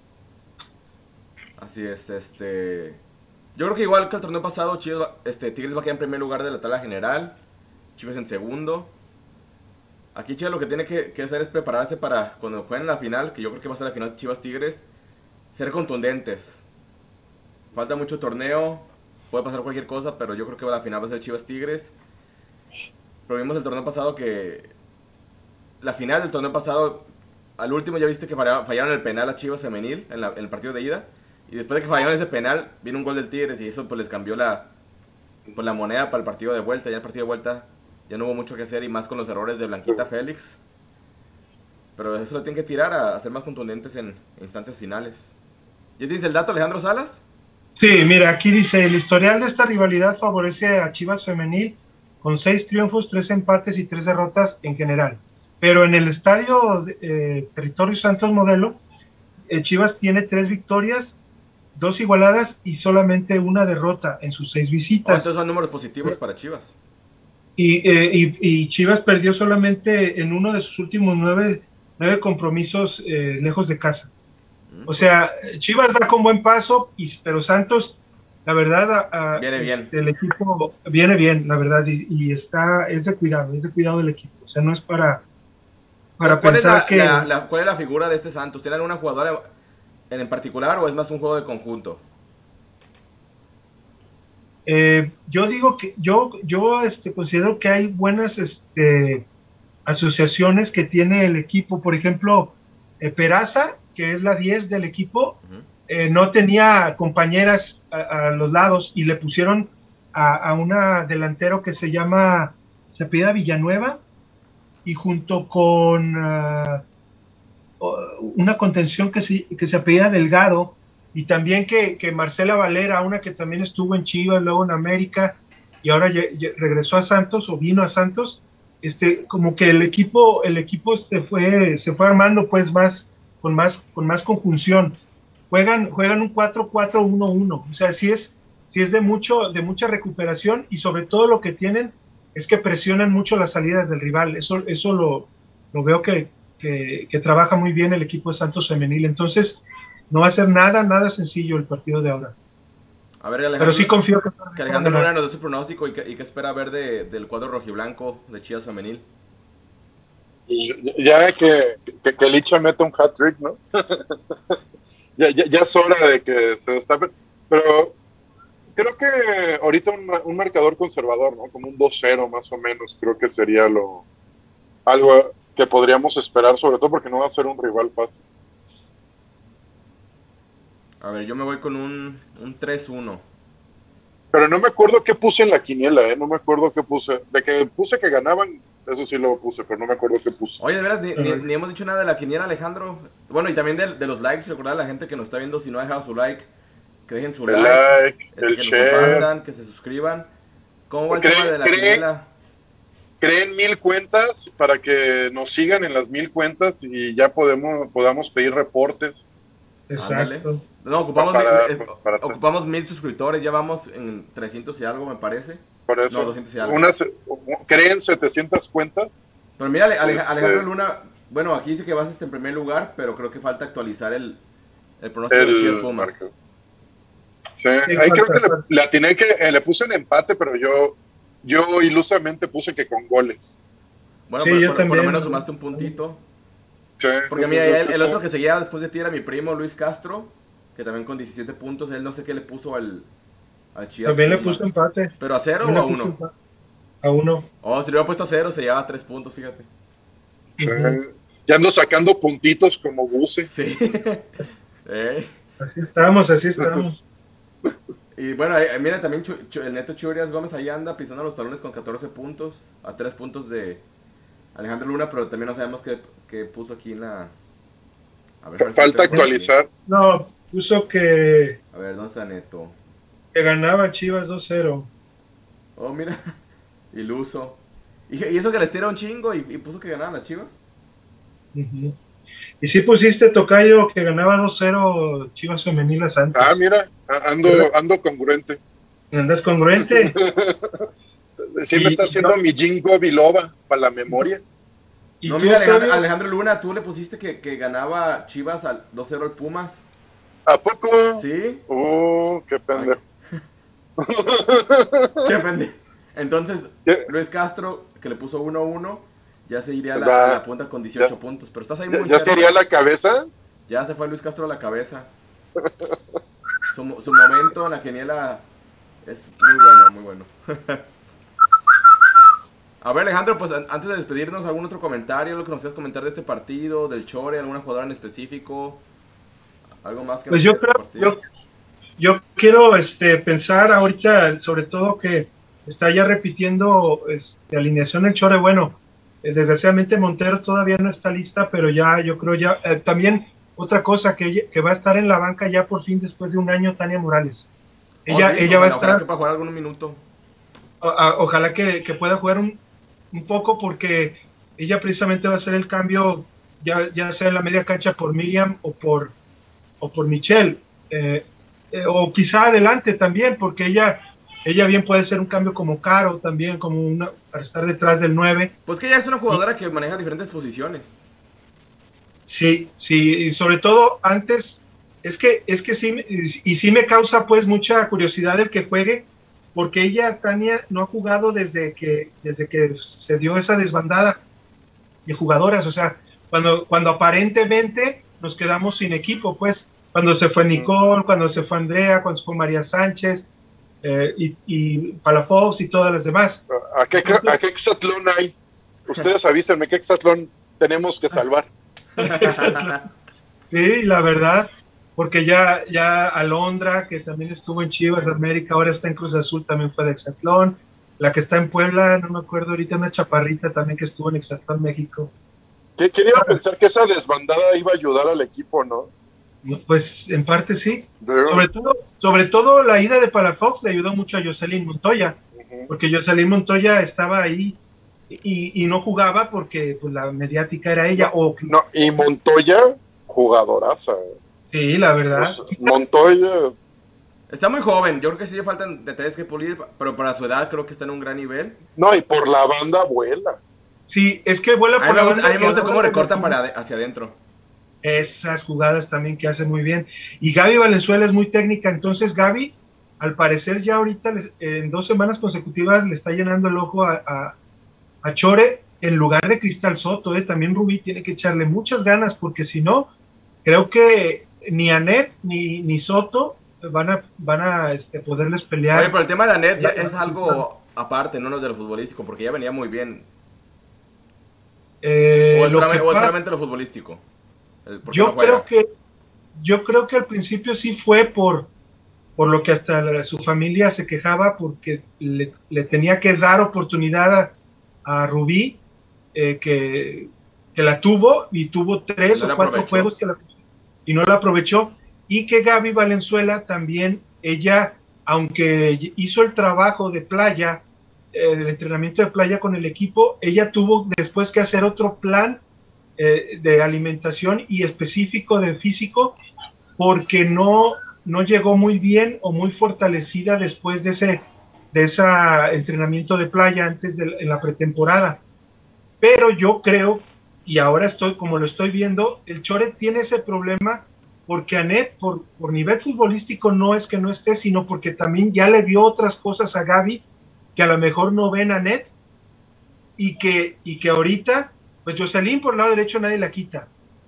A: Así es, este... Yo creo que igual que el torneo pasado, Chivas, este, Tigres va a quedar en primer lugar de la tabla general, Chivas en segundo. Aquí Chivas lo que tiene que, que hacer es prepararse para cuando jueguen la final, que yo creo que va a ser la final Chivas-Tigres, ser contundentes. Falta mucho torneo, puede pasar cualquier cosa, pero yo creo que la final va a ser Chivas-Tigres. Pero vimos el torneo pasado que... La final del torneo pasado, al último ya viste que fallaron el penal a Chivas femenil en, la, en el partido de ida. Y después de que fallaron ese penal, vino un gol del Tigres y eso pues les cambió la, pues, la moneda para el partido de vuelta. Ya el partido de vuelta ya no hubo mucho que hacer y más con los errores de Blanquita Félix. Pero eso lo tienen que tirar a, a ser más contundentes en, en instancias finales. ¿Ya tienes el dato, Alejandro Salas?
C: Sí, mira, aquí dice, el historial de esta rivalidad favorece a Chivas Femenil con seis triunfos, tres empates y tres derrotas en general. Pero en el estadio eh, Territorio Santos Modelo, eh, Chivas tiene tres victorias, dos igualadas y solamente una derrota en sus seis visitas.
A: Oh, entonces son números positivos para Chivas.
C: Y, eh, y, y Chivas perdió solamente en uno de sus últimos nueve, nueve compromisos eh, lejos de casa. Mm. O sea, Chivas va con buen paso, y, pero Santos, la verdad, a, a,
A: viene bien.
C: Este, el equipo viene bien, la verdad, y, y está, es de cuidado, es de cuidado del equipo. O sea, no es para, para
A: ¿Cuál
C: pensar
A: es la,
C: que...
A: La, la, ¿Cuál es la figura de este Santos? ¿Tiene alguna jugadora en particular o es más un juego de conjunto?
C: Eh, yo digo que yo, yo este, considero que hay buenas este, asociaciones que tiene el equipo. Por ejemplo, eh, Peraza, que es la diez del equipo, uh-huh. eh, no tenía compañeras a, a los lados y le pusieron a, a una delantero que se llama, se apellida Villanueva, y junto con uh, una contención que se, que se apellida Delgado, y también que, que Marcela Valera, una que también estuvo en Chivas, luego en América, y ahora ya, ya regresó a Santos, o vino a Santos, este, como que el equipo, el equipo este fue, se fue armando pues más, con más, con más conjunción. Juegan, juegan un cuatro cuatro uno uno, o sea, sí es, sí es de mucho, de mucha recuperación, y sobre todo lo que tienen es que presionan mucho las salidas del rival. Eso, eso lo, lo veo que, que, que trabaja muy bien el equipo de Santos Femenil. Entonces, no va a ser nada, nada sencillo el partido de ahora.
A: A ver, Alejandro,
C: pero sí confío que,
A: que Alejandro Luna nos dé su pronóstico y qué espera ver de, del cuadro rojiblanco de Chivas Femenil.
B: Ya que, que, que Licha meta un hat-trick, ¿no? ya, ya, ya es hora de que se destape. Pero creo que ahorita un, un marcador conservador, ¿no? Como un dos cero más o menos, creo que sería lo algo que podríamos esperar, sobre todo porque no va a ser un rival fácil.
A: A ver, yo me voy con un, un tres uno.
B: Pero no me acuerdo qué puse en la quiniela, ¿eh? No me acuerdo qué puse. De que puse que ganaban, eso sí lo puse, pero no me acuerdo qué puse.
A: Oye, de veras, ni, ni, ni hemos dicho nada de la quiniela, Alejandro. Bueno, y también de, de los likes, recordar a la gente que nos está viendo, si no ha dejado su like, que dejen su
B: El
A: like,
B: like,
A: este,
B: el
A: que
B: share.
A: nos compartan, que se suscriban. ¿Cómo va el
B: Cree-
A: tema de la
B: cree-
A: quiniela?
B: Creen mil cuentas para que nos sigan en las mil cuentas y ya podemos podamos pedir reportes.
C: Exacto.
A: No, ocupamos,
B: Para-
A: mil, eh,
B: para-
A: ocupamos mil suscriptores, ya vamos en trescientos y algo, me parece.
B: Por eso,
A: No, doscientos y algo.
B: unas, creen setecientas cuentas.
A: Pero mira, Ale- Ale-
B: Este-
A: Alejandro Luna, bueno, aquí dice que vas este en primer lugar, pero creo que falta actualizar el, el pronóstico de
B: El
A: Chivas Pumas.
B: marco. Sí, ahí creo que le, le atiné que eh, le puse en empate, pero yo yo ilusamente puse que con goles.
A: Bueno,
C: Sí,
A: por,
C: yo
A: por- por lo
C: también.
A: menos sumaste un puntito.
B: Sí,
A: Porque
B: sí,
A: mira,
B: sí,
A: el,
B: sí,
A: el
B: sí.
A: otro que seguía después de ti era mi primo Luis Castro, que también con diecisiete puntos, él no sé qué le puso al, al Chivas
C: También le
A: Pumas.
C: puso empate.
A: ¿Pero a cero
C: También
A: o a
C: le puso
A: uno?
C: empate. A uno.
A: Oh, si le hubiera puesto a cero, se llevaba tres puntos, fíjate.
B: Sí.
C: Ujú.
B: Ya ando sacando puntitos como buce.
A: Sí. Eh,
C: Así estamos, así estamos.
A: Y bueno, eh, mira, también Chu- Chu- el Neto Churias Gómez ahí anda pisando los talones con catorce puntos, a tres puntos de Alejandro Luna, pero también no sabemos qué, qué puso aquí en la... A ver, a ver si
B: Falta
A: lo tengo aquí.
B: actualizar.
C: No, puso que,
A: A ver, ¿dónde está Neto?
C: que ganaba Chivas dos cero.
A: Oh, mira, iluso. Y, y eso que les tira un chingo y, y puso que ganaban las Chivas.
C: Ujú. Y sí pusiste, Tocayo, que ganaba dos cero Chivas Femenil a Santos.
B: Ah, mira, a- ando ando congruente.
C: ¿Andas congruente?
B: Sí me
C: Y-
B: está haciendo mi Jingo Biloba para la memoria.
C: ¿Y
A: No,
C: tú,
A: mira, Alejandro,
C: Octavio?
A: Alejandro Luna, tú le pusiste que, que ganaba Chivas al dos cero al Pumas.
B: ¿A poco?
A: ¿Sí?
B: Oh, qué pendejo.
A: Qué pende. Entonces,
B: ¿Qué?
A: Luis Castro, que le puso uno uno, ya se iría a la,
B: Va.
A: a la punta con dieciocho
B: Ya.
A: puntos. Pero estás ahí
B: ¿Ya,
A: muy
B: ya
A: cerca.
B: sería la cabeza?
A: Ya se fue Luis Castro a la cabeza. Su, su momento en la quiniela es muy bueno, muy bueno. A ver, Alejandro, pues an- antes de despedirnos, ¿algún otro comentario? ¿Lo que nos quieras comentar de este partido, del Chore, alguna jugadora en específico? ¿Algo más que
C: Pues
A: nos
C: yo
A: quieras
C: creo,
A: compartir?
C: yo, yo quiero este, pensar ahorita, sobre todo que está ya repitiendo este, alineación el Chore. Bueno, eh, desgraciadamente Montero todavía no está lista, pero ya yo creo ya, eh, también otra cosa que, ella- que va a estar en la banca ya por fin después de un año, Tania Morales.
A: Oh,
C: Ella,
A: sí,
C: ella va a
A: ojalá- ojalá
C: estar,
A: que pueda jugar algún minuto.
C: o- a- ojalá que, que pueda jugar un, un poco porque ella precisamente va a hacer el cambio, ya, ya sea en la media cancha por Miriam o por, o por Michelle, eh, eh, o quizá adelante también, porque ella, ella bien puede ser un cambio como Caro también, como una, para estar detrás del nueve.
A: Pues que ella es una jugadora que maneja diferentes posiciones.
C: Sí, sí, y sobre todo antes, es que, es que sí, y sí me causa pues mucha curiosidad el que juegue, porque ella, Tania, no ha jugado desde que, desde que se dio esa desbandada de jugadoras, o sea, cuando, cuando aparentemente nos quedamos sin equipo, pues, cuando se fue Nicole, cuando se fue Andrea, cuando se fue María Sánchez, eh, y, y Palafox y todas las demás.
B: ¿A qué, a qué hexatlón hay? Ustedes avísenme qué hexatlón tenemos que salvar.
C: Sí, la verdad, porque ya, ya Alondra, que también estuvo en Chivas América, ahora está en Cruz Azul, también fue de Hexatlón. La que está en Puebla, no me acuerdo ahorita, una chaparrita también que estuvo en Hexatlón, México.
B: ¿Qué, quería pensar que esa desbandada iba a ayudar al equipo, ¿no?
C: Pues en parte sí.
B: Pero-
C: Sobre todo, sobre todo la ida de Palafox le ayudó mucho a Jocelyn Montoya,
B: Ujú.
C: porque Jocelyn Montoya estaba ahí y, y no jugaba porque pues, la mediática era ella. O,
B: No, y Montoya, jugadoraza.
C: sí, la verdad.
B: Pues, Montoya,
A: Está muy joven, yo creo que sí le faltan detalles que pulir, pero para su edad creo que está en un gran nivel.
B: no, y por la banda vuela.
C: Sí, es que vuela
A: A mí
C: por
A: me
C: la
A: gusta,
C: banda
A: a mí me gusta
C: que
A: cómo
C: ahora
A: recorta
C: como-
A: para ade- hacia adentro.
C: Esas jugadas también que hace muy bien. Y Gaby Valenzuela es muy técnica, entonces Gaby, al parecer ya ahorita les- en dos semanas consecutivas le está llenando el ojo a, a, a Chore en lugar de Cristal Soto. ¿eh? También Rubí tiene que echarle muchas ganas porque si no, creo que ni Anet ni, ni Soto van a, van a este, poderles pelear.
A: Oye, pero el tema de Anet ya es algo aparte, no de lo futbolístico, porque ya venía muy bien.
C: Eh,
A: o, es
C: lo
A: solamente,
C: que
A: o es
C: pa-
A: solamente lo futbolístico. El- ¿por qué
C: yo
A: no juega?
C: creo que yo creo que al principio sí fue por, por lo que hasta la- su familia se quejaba porque le, le tenía que dar oportunidad a, a Rubí, eh, que, que la tuvo y tuvo tres
A: No
C: o
A: lo
C: cuatro
A: aprovechó.
C: juegos que la, y no la aprovechó, y que Gaby Valenzuela también, ella, aunque hizo el trabajo de playa, eh, el entrenamiento de playa con el equipo, ella tuvo después que hacer otro plan eh, de alimentación y específico de físico, porque no, no llegó muy bien o muy fortalecida después de ese de ese entrenamiento de playa antes de en la pretemporada. Pero yo creo, y ahora estoy como lo estoy viendo, el Chore tiene ese problema porque Anet, por, por nivel futbolístico, no es que no esté, sino porque también ya le dio otras cosas a Gaby que a lo mejor no ven a Anet, y que, y que ahorita, pues Jocelyn por el lado derecho nadie la quita.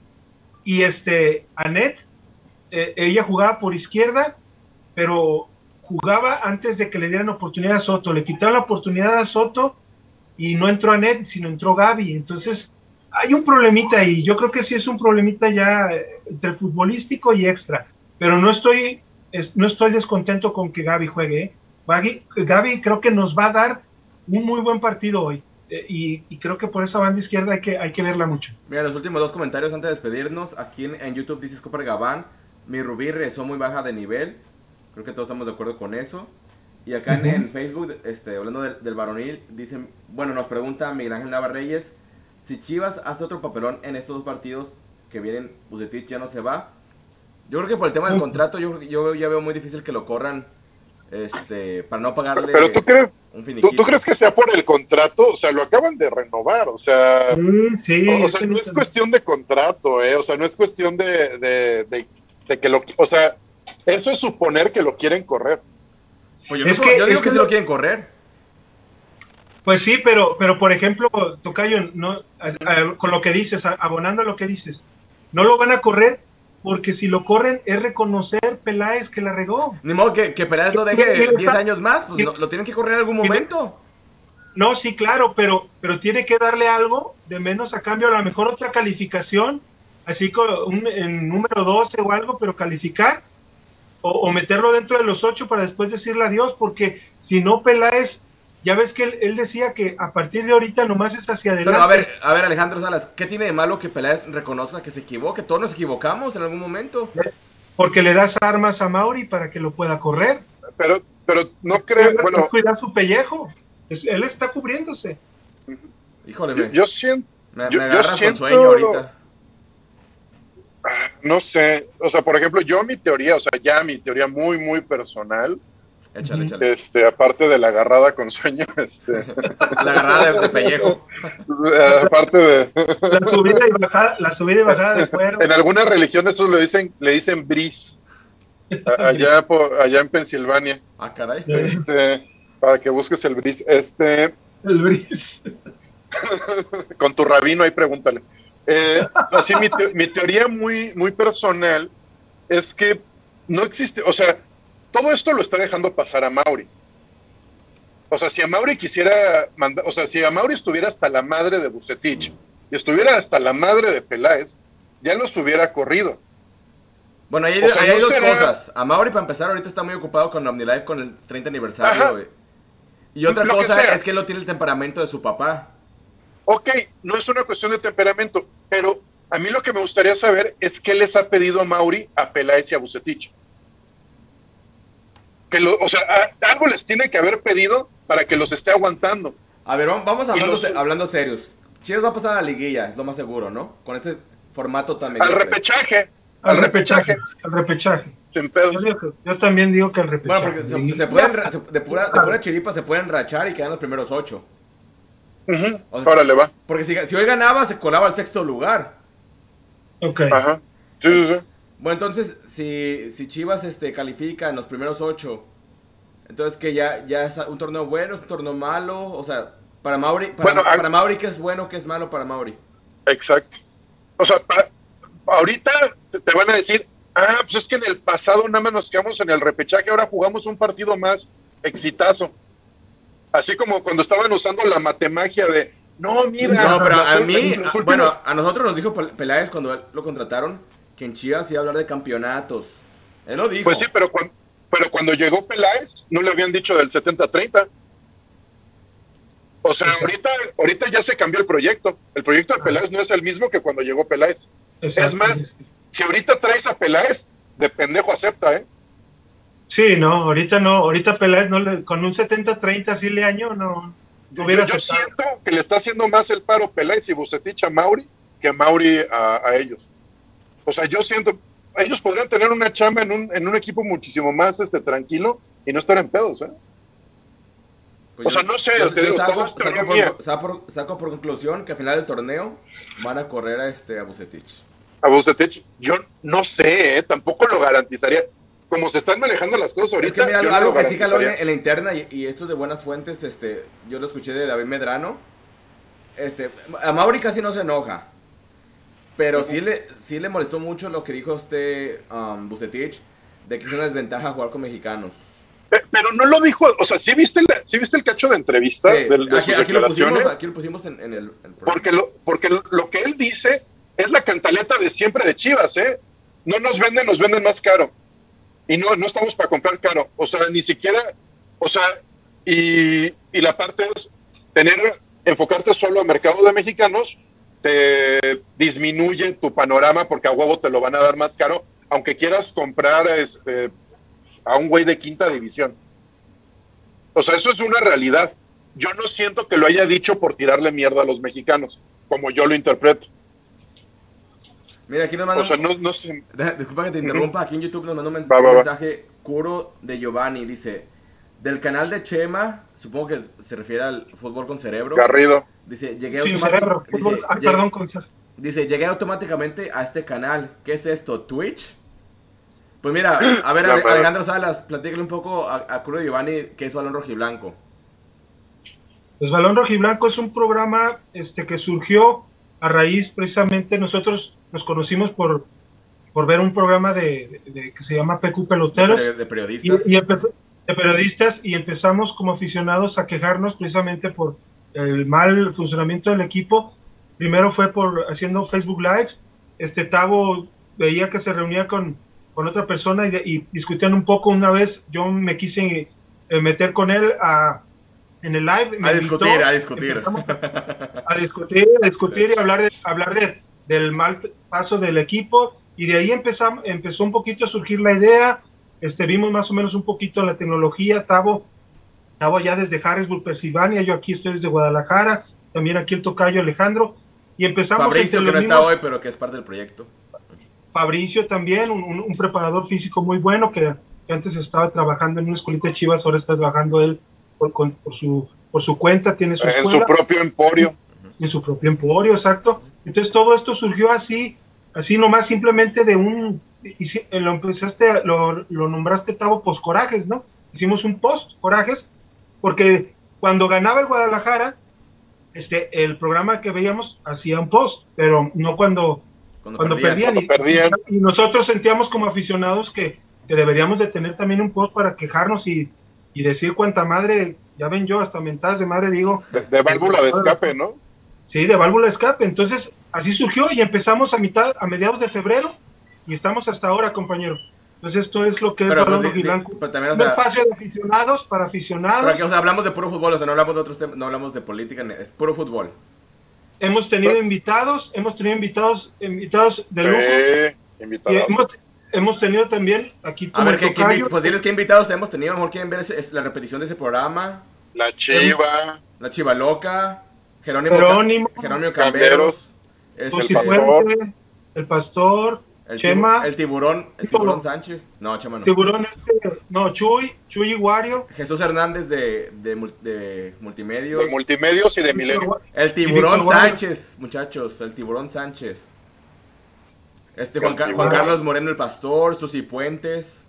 C: Y este, Anet, eh, ella jugaba por izquierda, pero jugaba antes de que le dieran oportunidad a Soto. Le quitaron la oportunidad a Soto y no entró Anet, sino entró Gaby. Entonces, hay un problemita ahí. Yo creo que sí es un problemita ya entre futbolístico y extra. Pero no estoy, es, no estoy descontento con que Gaby juegue. ¿eh? Gaby, Gaby creo que nos va a dar un muy buen partido hoy. Eh, y, y creo que por esa banda izquierda hay que, hay que verla mucho.
A: Mira, los últimos dos comentarios antes de despedirnos. Aquí en, en YouTube dice Scooper Gabán: mi Rubí regresó muy baja de nivel. Creo que todos estamos de acuerdo con eso. Y acá en, en Facebook, este, hablando del, del varonil, dicen, bueno, nos pregunta Miguel Ángel Navarreyes: si Chivas hace otro papelón en estos dos partidos que vienen, Vucetich ya no se va. Yo creo que por el tema del contrato, yo, yo ya veo muy difícil que lo corran, este, para no pagarle
B: Pero tú crees,
A: un
B: ¿tú,
A: finiquito.
B: ¿tú crees que sea por el contrato? O sea, lo acaban de renovar, o sea,
C: Mm, sí,
B: o, o sea, no es cuestión de contrato, eh, o sea, no es cuestión de, de, de, de que lo, o sea, eso es suponer que lo quieren correr.
A: Pues yo,
C: Es
A: digo,
C: que-
A: yo digo
C: es
A: que
C: que
A: sí
C: lo-
A: lo quieren correr.
C: Pues sí, pero, pero por ejemplo, Tocayo, no, a- a- con lo que dices, a- abonando lo que dices, no lo van a correr porque si lo corren es reconocer Peláez que la regó.
A: Ni modo que, que Peláez lo
C: Mira,
A: deje
C: mira,
A: diez
C: está-
A: años más, pues
C: mira,
A: no- lo tienen que correr en algún
C: mira,
A: momento.
C: No, sí, claro, pero, pero tiene que darle algo de menos a cambio, a lo mejor otra calificación, así como un, en número doce o algo, pero calificar o, o meterlo dentro de los ocho para después decirle adiós, porque si no Peláez, ya ves que él, él decía que a partir de ahorita nomás es hacia adelante.
A: Pero a ver, a ver Alejandro Salas, ¿qué tiene de malo que Peláez reconozca que se equivoque? Todos nos equivocamos en algún momento.
C: Porque le das armas a Mauri para que lo pueda correr.
B: Pero, pero no creo, bueno,
C: cuidar su pellejo. Es, él está cubriéndose.
A: Híjole,
B: yo,
A: me,
B: yo siento,
A: me,
B: yo-
A: me
B: yo
A: agarras
B: siento-
A: con sueño ahorita.
B: no sé, o sea, por ejemplo, yo mi teoría, o sea, ya mi teoría muy, muy personal,
A: Échale,
C: Ujú.
A: échale.
B: este, aparte de la agarrada con sueño, este,
A: La agarrada de, de pellejo.
B: aparte de,
C: La subida y bajada, la subida y bajada de cuero.
B: en algunas religiones eso le dicen, le dicen bris, a- allá, por, allá en Pensilvania,
A: Ah, caray.
B: este, para que busques el bris, este,
C: El bris.
B: con tu rabino ahí pregúntale. Eh, así mi, te- mi teoría muy, muy personal es que no existe, o sea, todo esto lo está dejando pasar a Mauri. O sea, si a Mauri quisiera mandar, o sea, si a Mauri estuviera hasta la madre de Vucetich y estuviera hasta la madre de Peláez, ya los hubiera corrido.
A: Bueno, ahí,
B: O sea,
A: ahí
B: no
A: hay dos
B: será-
A: cosas. A Mauri, para empezar, ahorita está muy ocupado con OmniLife con el treinta aniversario,
B: Ajá.
A: güey. Y otra
B: Lo que
A: cosa
B: sea.
A: es que él no tiene el temperamento de su papá.
B: Ok, no es una cuestión de temperamento, pero a mí lo que me gustaría saber es qué les ha pedido a Mauri, a Peláez y a Vucetich. Que lo, o sea, a- algo les tiene que haber pedido para que los esté aguantando.
A: A ver, vamos, vamos hablando,
B: los-
A: se- hablando serios. Chivas va a pasar a la liguilla, es lo más seguro, ¿no? Con este formato tan
B: Al
A: mediocre.
B: repechaje,
C: Al repechaje. Al repechaje.
B: sin pedos.
C: Yo, digo que- yo también digo que al repechaje.
A: Bueno, porque se,
C: Y-
A: se pueden, ra- se- de, pura, de pura chiripa se pueden rachar y quedan los primeros ocho.
B: Ujú,
A: O sea,
B: órale, va.
A: Porque si, si hoy ganaba, se colaba al sexto lugar.
C: Ok.
B: Ajá. Sí, sí, sí.
A: Bueno, entonces, si, si Chivas este, califica en los primeros ocho, entonces que ya, ya es un torneo bueno, es un torneo malo, o sea, para Mauri, para,
B: Bueno, a-
A: para Mauri, ¿qué es bueno, qué es malo para Mauri?
B: Exacto. O sea, pa- ahorita te te van a decir, Ah, pues es que en el pasado nada más nos quedamos en el repechaje, ahora jugamos un partido más, exitazo. Así como cuando estaban usando la matemagia de, no, mira.
A: No, pero a
B: los,
A: mí,
B: los
A: a,
B: últimos...
A: bueno, a nosotros nos dijo Peláez cuando él lo contrataron que en Chivas iba a hablar de campeonatos. Él lo dijo.
B: Pues sí, pero cuando, pero cuando llegó Peláez, no le habían dicho del setenta treinta. O sea, Exacto. ahorita ahorita ya se cambió el proyecto. El proyecto de Peláez no es el mismo que cuando llegó Peláez. Exacto. Es más, si ahorita traes a Peláez, de pendejo acepta, ¿eh?
C: Sí, no, ahorita no, ahorita Peláez no le, con un setenta treinta así le año, no, no hubiera
B: yo, yo siento que le está haciendo más el paro Peláez y Vucetich a Mauri que Mauri a, a ellos. O sea, yo siento, ellos podrían tener una chamba en un, en un equipo muchísimo más este tranquilo y no estar en pedos, ¿eh? Pues o yo, sea, no sé,
A: yo,
B: te
A: yo
B: digo,
A: saco, saco, por, saco, por, saco por conclusión que al final del torneo van a correr a este a Vucetich.
B: A Vucetich, yo no sé, ¿eh? Tampoco lo garantizaría. Como se están manejando las cosas ahorita.
A: Es que mira, algo, algo que sí caló en, en la interna, y, y esto es de buenas fuentes, este, yo lo escuché de David Medrano. Este, a Mauri casi no se enoja, pero uh-huh. sí, le, sí le molestó mucho lo que dijo este um, Vucetich, de que es una desventaja jugar con mexicanos.
B: Pero no lo dijo, o sea, ¿sí viste el, ¿sí viste el cacho de entrevista?
A: Sí,
B: de, de
A: aquí, aquí, lo pusimos, aquí lo pusimos en, en el, el
B: porque, lo, porque lo que él dice es la cantaleta de siempre de Chivas, ¿eh? No nos venden, nos venden más caro. Y no, no estamos para comprar caro. O sea, ni siquiera, o sea, y, y la parte es tener, enfocarte solo a mercado de mexicanos, te disminuye tu panorama porque a huevo te lo van a dar más caro, aunque quieras comprar este a un güey de quinta división. O sea, eso es una realidad. Yo no siento que lo haya dicho por tirarle mierda a los mexicanos, como yo lo interpreto.
A: Mira, aquí nos manda...
B: O sea, no, no sé.
A: Disculpa que te interrumpa, aquí en YouTube nos mandó un mensaje, va, va, va. mensaje Curo de Giovanni, dice, del canal de Chema, supongo que se refiere al fútbol con cerebro.
B: Garrido.
A: Dice, llegué
C: sí, cerebro, fútbol, dice, ah, llegué, perdón, con
A: dice, llegué automáticamente a este canal. ¿Qué es esto? ¿Twitch? Pues mira, a ver, Ale, Alejandro Salas, platícale un poco a, a Curo de Giovanni qué es Balón Rojiblanco.
C: Pues Balón Rojiblanco es un programa este, que surgió a raíz, precisamente, nosotros nos conocimos por, por ver un programa de, de, de que se llama P Q Peloteros.
A: De, de periodistas.
C: Y, y de periodistas, y empezamos como aficionados a quejarnos precisamente por el mal funcionamiento del equipo. Primero fue por haciendo Facebook Live. Este Tavo veía que se reunía con, con otra persona y, de, y discutían un poco. Una vez yo me quise eh, meter con él a... en el live.
A: Me a discutir, invitó, a discutir.
C: A, a discutir, a discutir sí. y hablar, de, hablar de, del mal paso del equipo. Y de ahí empezamos, empezó un poquito a surgir la idea. Este, vimos más o menos un poquito la tecnología. Tavo, Tavo ya desde Harrisburg, Pensilvania. Yo aquí estoy desde Guadalajara. También aquí el tocayo Alejandro. Y empezamos.
A: Fabricio, que no mismos, está hoy, pero que es parte del proyecto.
C: Fabricio también, un, un, un preparador físico muy bueno que, que antes estaba trabajando en una escuelita de Chivas, ahora está trabajando él Por, con, por, su, por su cuenta, tiene su escuela.
B: En su propio emporio.
C: En su propio emporio, exacto. Entonces todo esto surgió así, así nomás simplemente de un, y si, lo empezaste, lo, lo nombraste Tavo Post Corajes, ¿no? Hicimos un post Corajes, porque cuando ganaba el Guadalajara, este, el programa que veíamos hacía un post, pero no cuando, cuando, cuando perdían.
B: perdían. Cuando
C: y,
B: perdían.
C: Y nosotros sentíamos como aficionados que, que deberíamos de tener también un post para quejarnos y y decir cuánta madre, ya ven yo hasta mentadas de madre digo.
B: De, de válvula de escape, ¿no?
C: Sí, de válvula de escape. Entonces, así surgió y empezamos a mitad, a mediados de febrero y estamos hasta ahora, compañero. Entonces, esto es lo que
A: pero,
C: es Balón
A: pues,
C: Rojiblanco.
A: Pero también, o
C: un
A: sea,
C: espacio de aficionados para aficionados.
A: Pero que, o sea, hablamos de puro fútbol, o sea, no hablamos de otros temas, no hablamos de política, es puro fútbol.
C: Hemos tenido pero, invitados, hemos tenido invitados, invitados de lujo.
B: Eh, invitados.
C: Y hemos, hemos tenido también aquí
A: como a ver, ¿qué, ¿qué, pues diles qué invitados hemos tenido, a lo mejor quieren ver ese, es la repetición de ese programa.
B: La Chiva.
A: La Chiva Loca. Jerónimo,
C: Jerónimo,
A: Jerónimo Camberos.
C: Es el pastor. Puente, el pastor.
A: El
C: Chema.
A: Tibu, el tiburón. El tiburón Sánchez. No, Chema no.
C: Tiburón este, no, Chuy. Chuy Iguario.
A: Jesús Hernández de, de, de Multimedios.
B: De Multimedios y de Milenio.
A: El tiburón Sánchez, muchachos. El tiburón Sánchez. Este Juan, Juan Carlos Moreno el Pastor, Susi Puentes.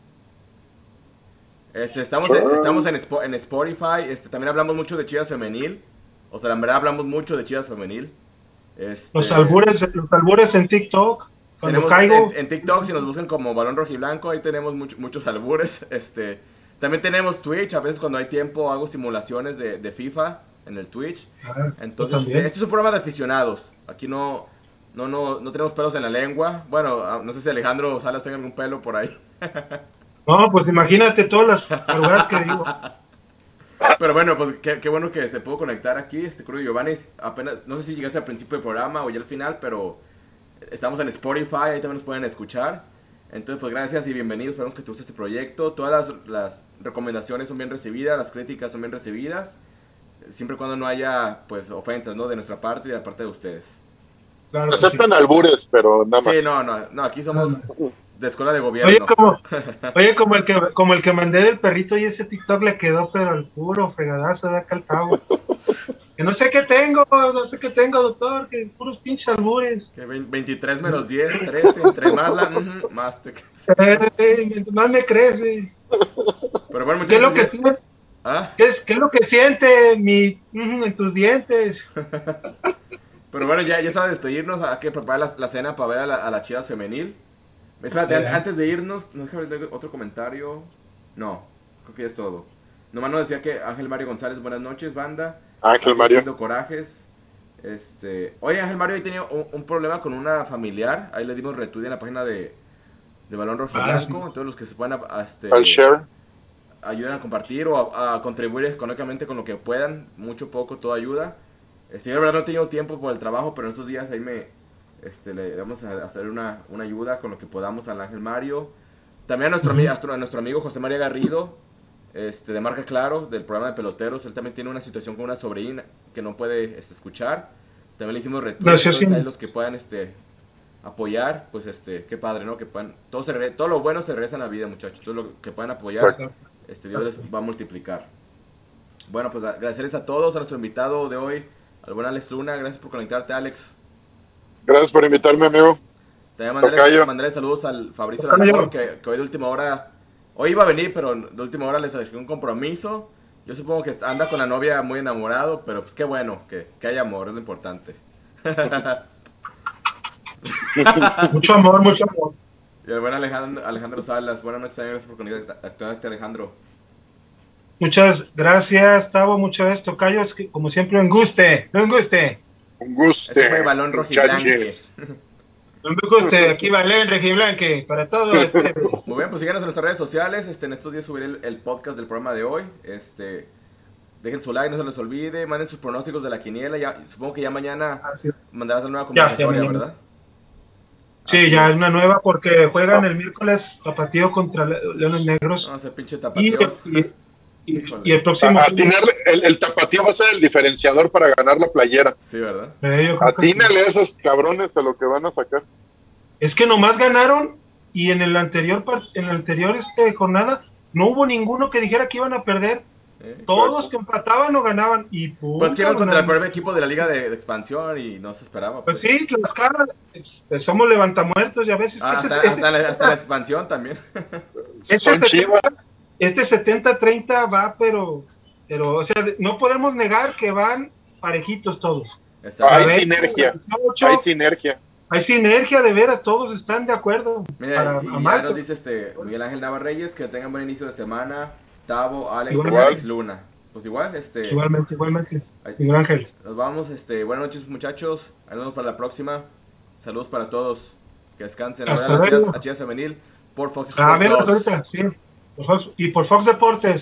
A: Este, estamos en, estamos en, en Spotify. Este, también hablamos mucho de Chivas Femenil. O sea, en verdad hablamos mucho de Chivas Femenil. Este...
C: Los albures, los albures en TikTok. Cuando
A: tenemos
C: caigo...
A: en, en TikTok, si nos buscan como Balón Rojiblanco, ahí tenemos mucho, muchos albures. Este, también tenemos Twitch, a veces cuando hay tiempo hago simulaciones de, de FIFA en el Twitch.
C: Ah,
A: Entonces, este, este es un programa de aficionados. Aquí no, no, no, no tenemos pelos en la lengua. Bueno, no sé si Alejandro Salas tenga algún pelo por ahí.
C: No, pues imagínate todas las tarugadas que digo.
A: Pero bueno, pues qué, qué bueno que se pudo conectar aquí, este Cruz Giovanni. Apenas, no sé si llegaste al principio del programa o ya al final, pero estamos en Spotify, ahí también nos pueden escuchar. Entonces, pues gracias y bienvenidos, esperamos que te guste este proyecto. Todas las, las recomendaciones son bien recibidas, las críticas son bien recibidas, siempre y cuando no haya, pues, ofensas, ¿no? De nuestra parte y de la parte de ustedes.
B: Claro, aceptan sí. albures, pero nada más.
A: Sí, no, no, no, aquí somos de escuela de gobierno.
C: Oye, como, oye, como el que como el que mandé del perrito y ese TikTok le quedó, pero al puro fregadazo de acá al cabo. Que no sé qué tengo, no sé qué tengo, doctor, que puros pinches albures.
A: Que veintitrés menos diez, trece, entre más la, uh, más te
C: crece. Eh, más me crece.
A: Pero bueno,
C: ¿Qué es lo que siente?
A: ¿Ah?
C: ¿Qué es, ¿Qué es lo que siente mi, uh, en tus dientes?
A: Pero bueno, ya, ya es hora de despedirnos, hay que preparar la, la cena para ver a la, a la Chivas femenil. Espérate, yeah. antes de irnos, ¿no déjame ver otro comentario? No, creo que ya es todo. Nomás nos decía que Ángel Mario González, buenas noches, banda.
B: Ángel Mario.
A: Haciendo corajes. Este, oye, Ángel Mario ahí tenía un, un problema con una familiar, ahí le dimos retweet en la página de, de Balón Rojiblanco, ah, sí. Entonces los que se puedan a, a este,
B: Al share.
A: ayuden a compartir o a, a contribuir económicamente con lo que puedan, mucho poco, todo ayuda. Este, yo la verdad no he tenido tiempo por el trabajo, pero en estos días ahí me, este, le vamos a hacer una, una ayuda con lo que podamos al Ángel Mario. También a nuestro, uh-huh. a nuestro amigo José María Garrido, este, de Marca Claro, del programa de Peloteros. Él también tiene una situación con una sobrina que no puede este, escuchar. También le hicimos retweet, entonces sí. Ahí los que puedan este, apoyar, pues este, qué padre, ¿no? Que puedan, todo, se re, todo lo bueno se regresa en la vida, muchachos. Todo lo que puedan apoyar, este, Dios les va a multiplicar. Bueno, pues agradecerles a todos, a nuestro invitado de hoy, al buen Alex Luna. Gracias por conectarte, Alex.
B: Gracias por invitarme, amigo.
A: También mandarle, mandarle saludos al Fabricio Lalmor, que, que hoy de última hora, hoy iba a venir, pero de última hora les surgió un compromiso. Yo supongo que anda con la novia muy enamorado, pero pues qué bueno, que, que haya amor, es lo importante.
C: Mucho amor, mucho amor.
A: Y el buen Alejandro, Alejandro Salas, buenas noches también, gracias por conectarte, Alejandro.
C: Muchas gracias, Tavo, muchas gracias, Tocayo, es que como siempre un guste, un guste.
B: Un guste.
A: Este fue Balón Rojiblanque.
C: Un guste, aquí Balón Rojiblanque, para todos.
A: Muy bien, pues síganos en nuestras redes sociales, este, en estos días subiré el, el podcast del programa de hoy, este, dejen su like, no se les olvide, manden sus pronósticos de la quiniela, ya, supongo que ya mañana ah, sí. mandarás la nueva convocatoria, ya, ya ¿verdad?
C: Sí, Así ya es una nueva porque juegan el miércoles Tapatío contra Leones Negros.
A: No, ese pinche Tapatío.
C: Y, y, y, y el próximo...
B: A, atinarle, el, el Tapatío va a ser el diferenciador para ganar la playera.
A: Sí, ¿verdad?
C: Eh,
B: Atínale a esos cabrones a lo que van a sacar.
C: Es que nomás ganaron y en el anterior en la anterior este, jornada no hubo ninguno que dijera que iban a perder. Eh, Todos pues, que empataban o ganaban. Y
A: pues que iban contra el peor equipo de la liga de, de expansión y no se esperaba.
C: Pues, pues sí, las caras, pues, somos levantamuertos y a veces...
A: Ah, hasta, es, hasta, la, hasta la expansión también.
C: Este setenta, este setenta treinta va, pero, pero, o sea, no podemos negar que van parejitos todos.
B: Hay ver, sinergia, dieciocho, hay sinergia.
C: Hay sinergia, de veras, todos están de acuerdo.
A: Mira, para y ya nos dice este Miguel Ángel Navarreyes que tengan buen inicio de semana. Tavo, Alex y Alex Luna. Pues igual, este.
C: Igualmente, igualmente. Miguel Ángel.
A: Nos vamos, este, buenas noches, muchachos. Nos vemos para la próxima. Saludos para todos. Que descansen. A Chivas Femenil por Fox Sports.
C: A ver, ahorita, sí. Por Fox, y por Fox Deportes.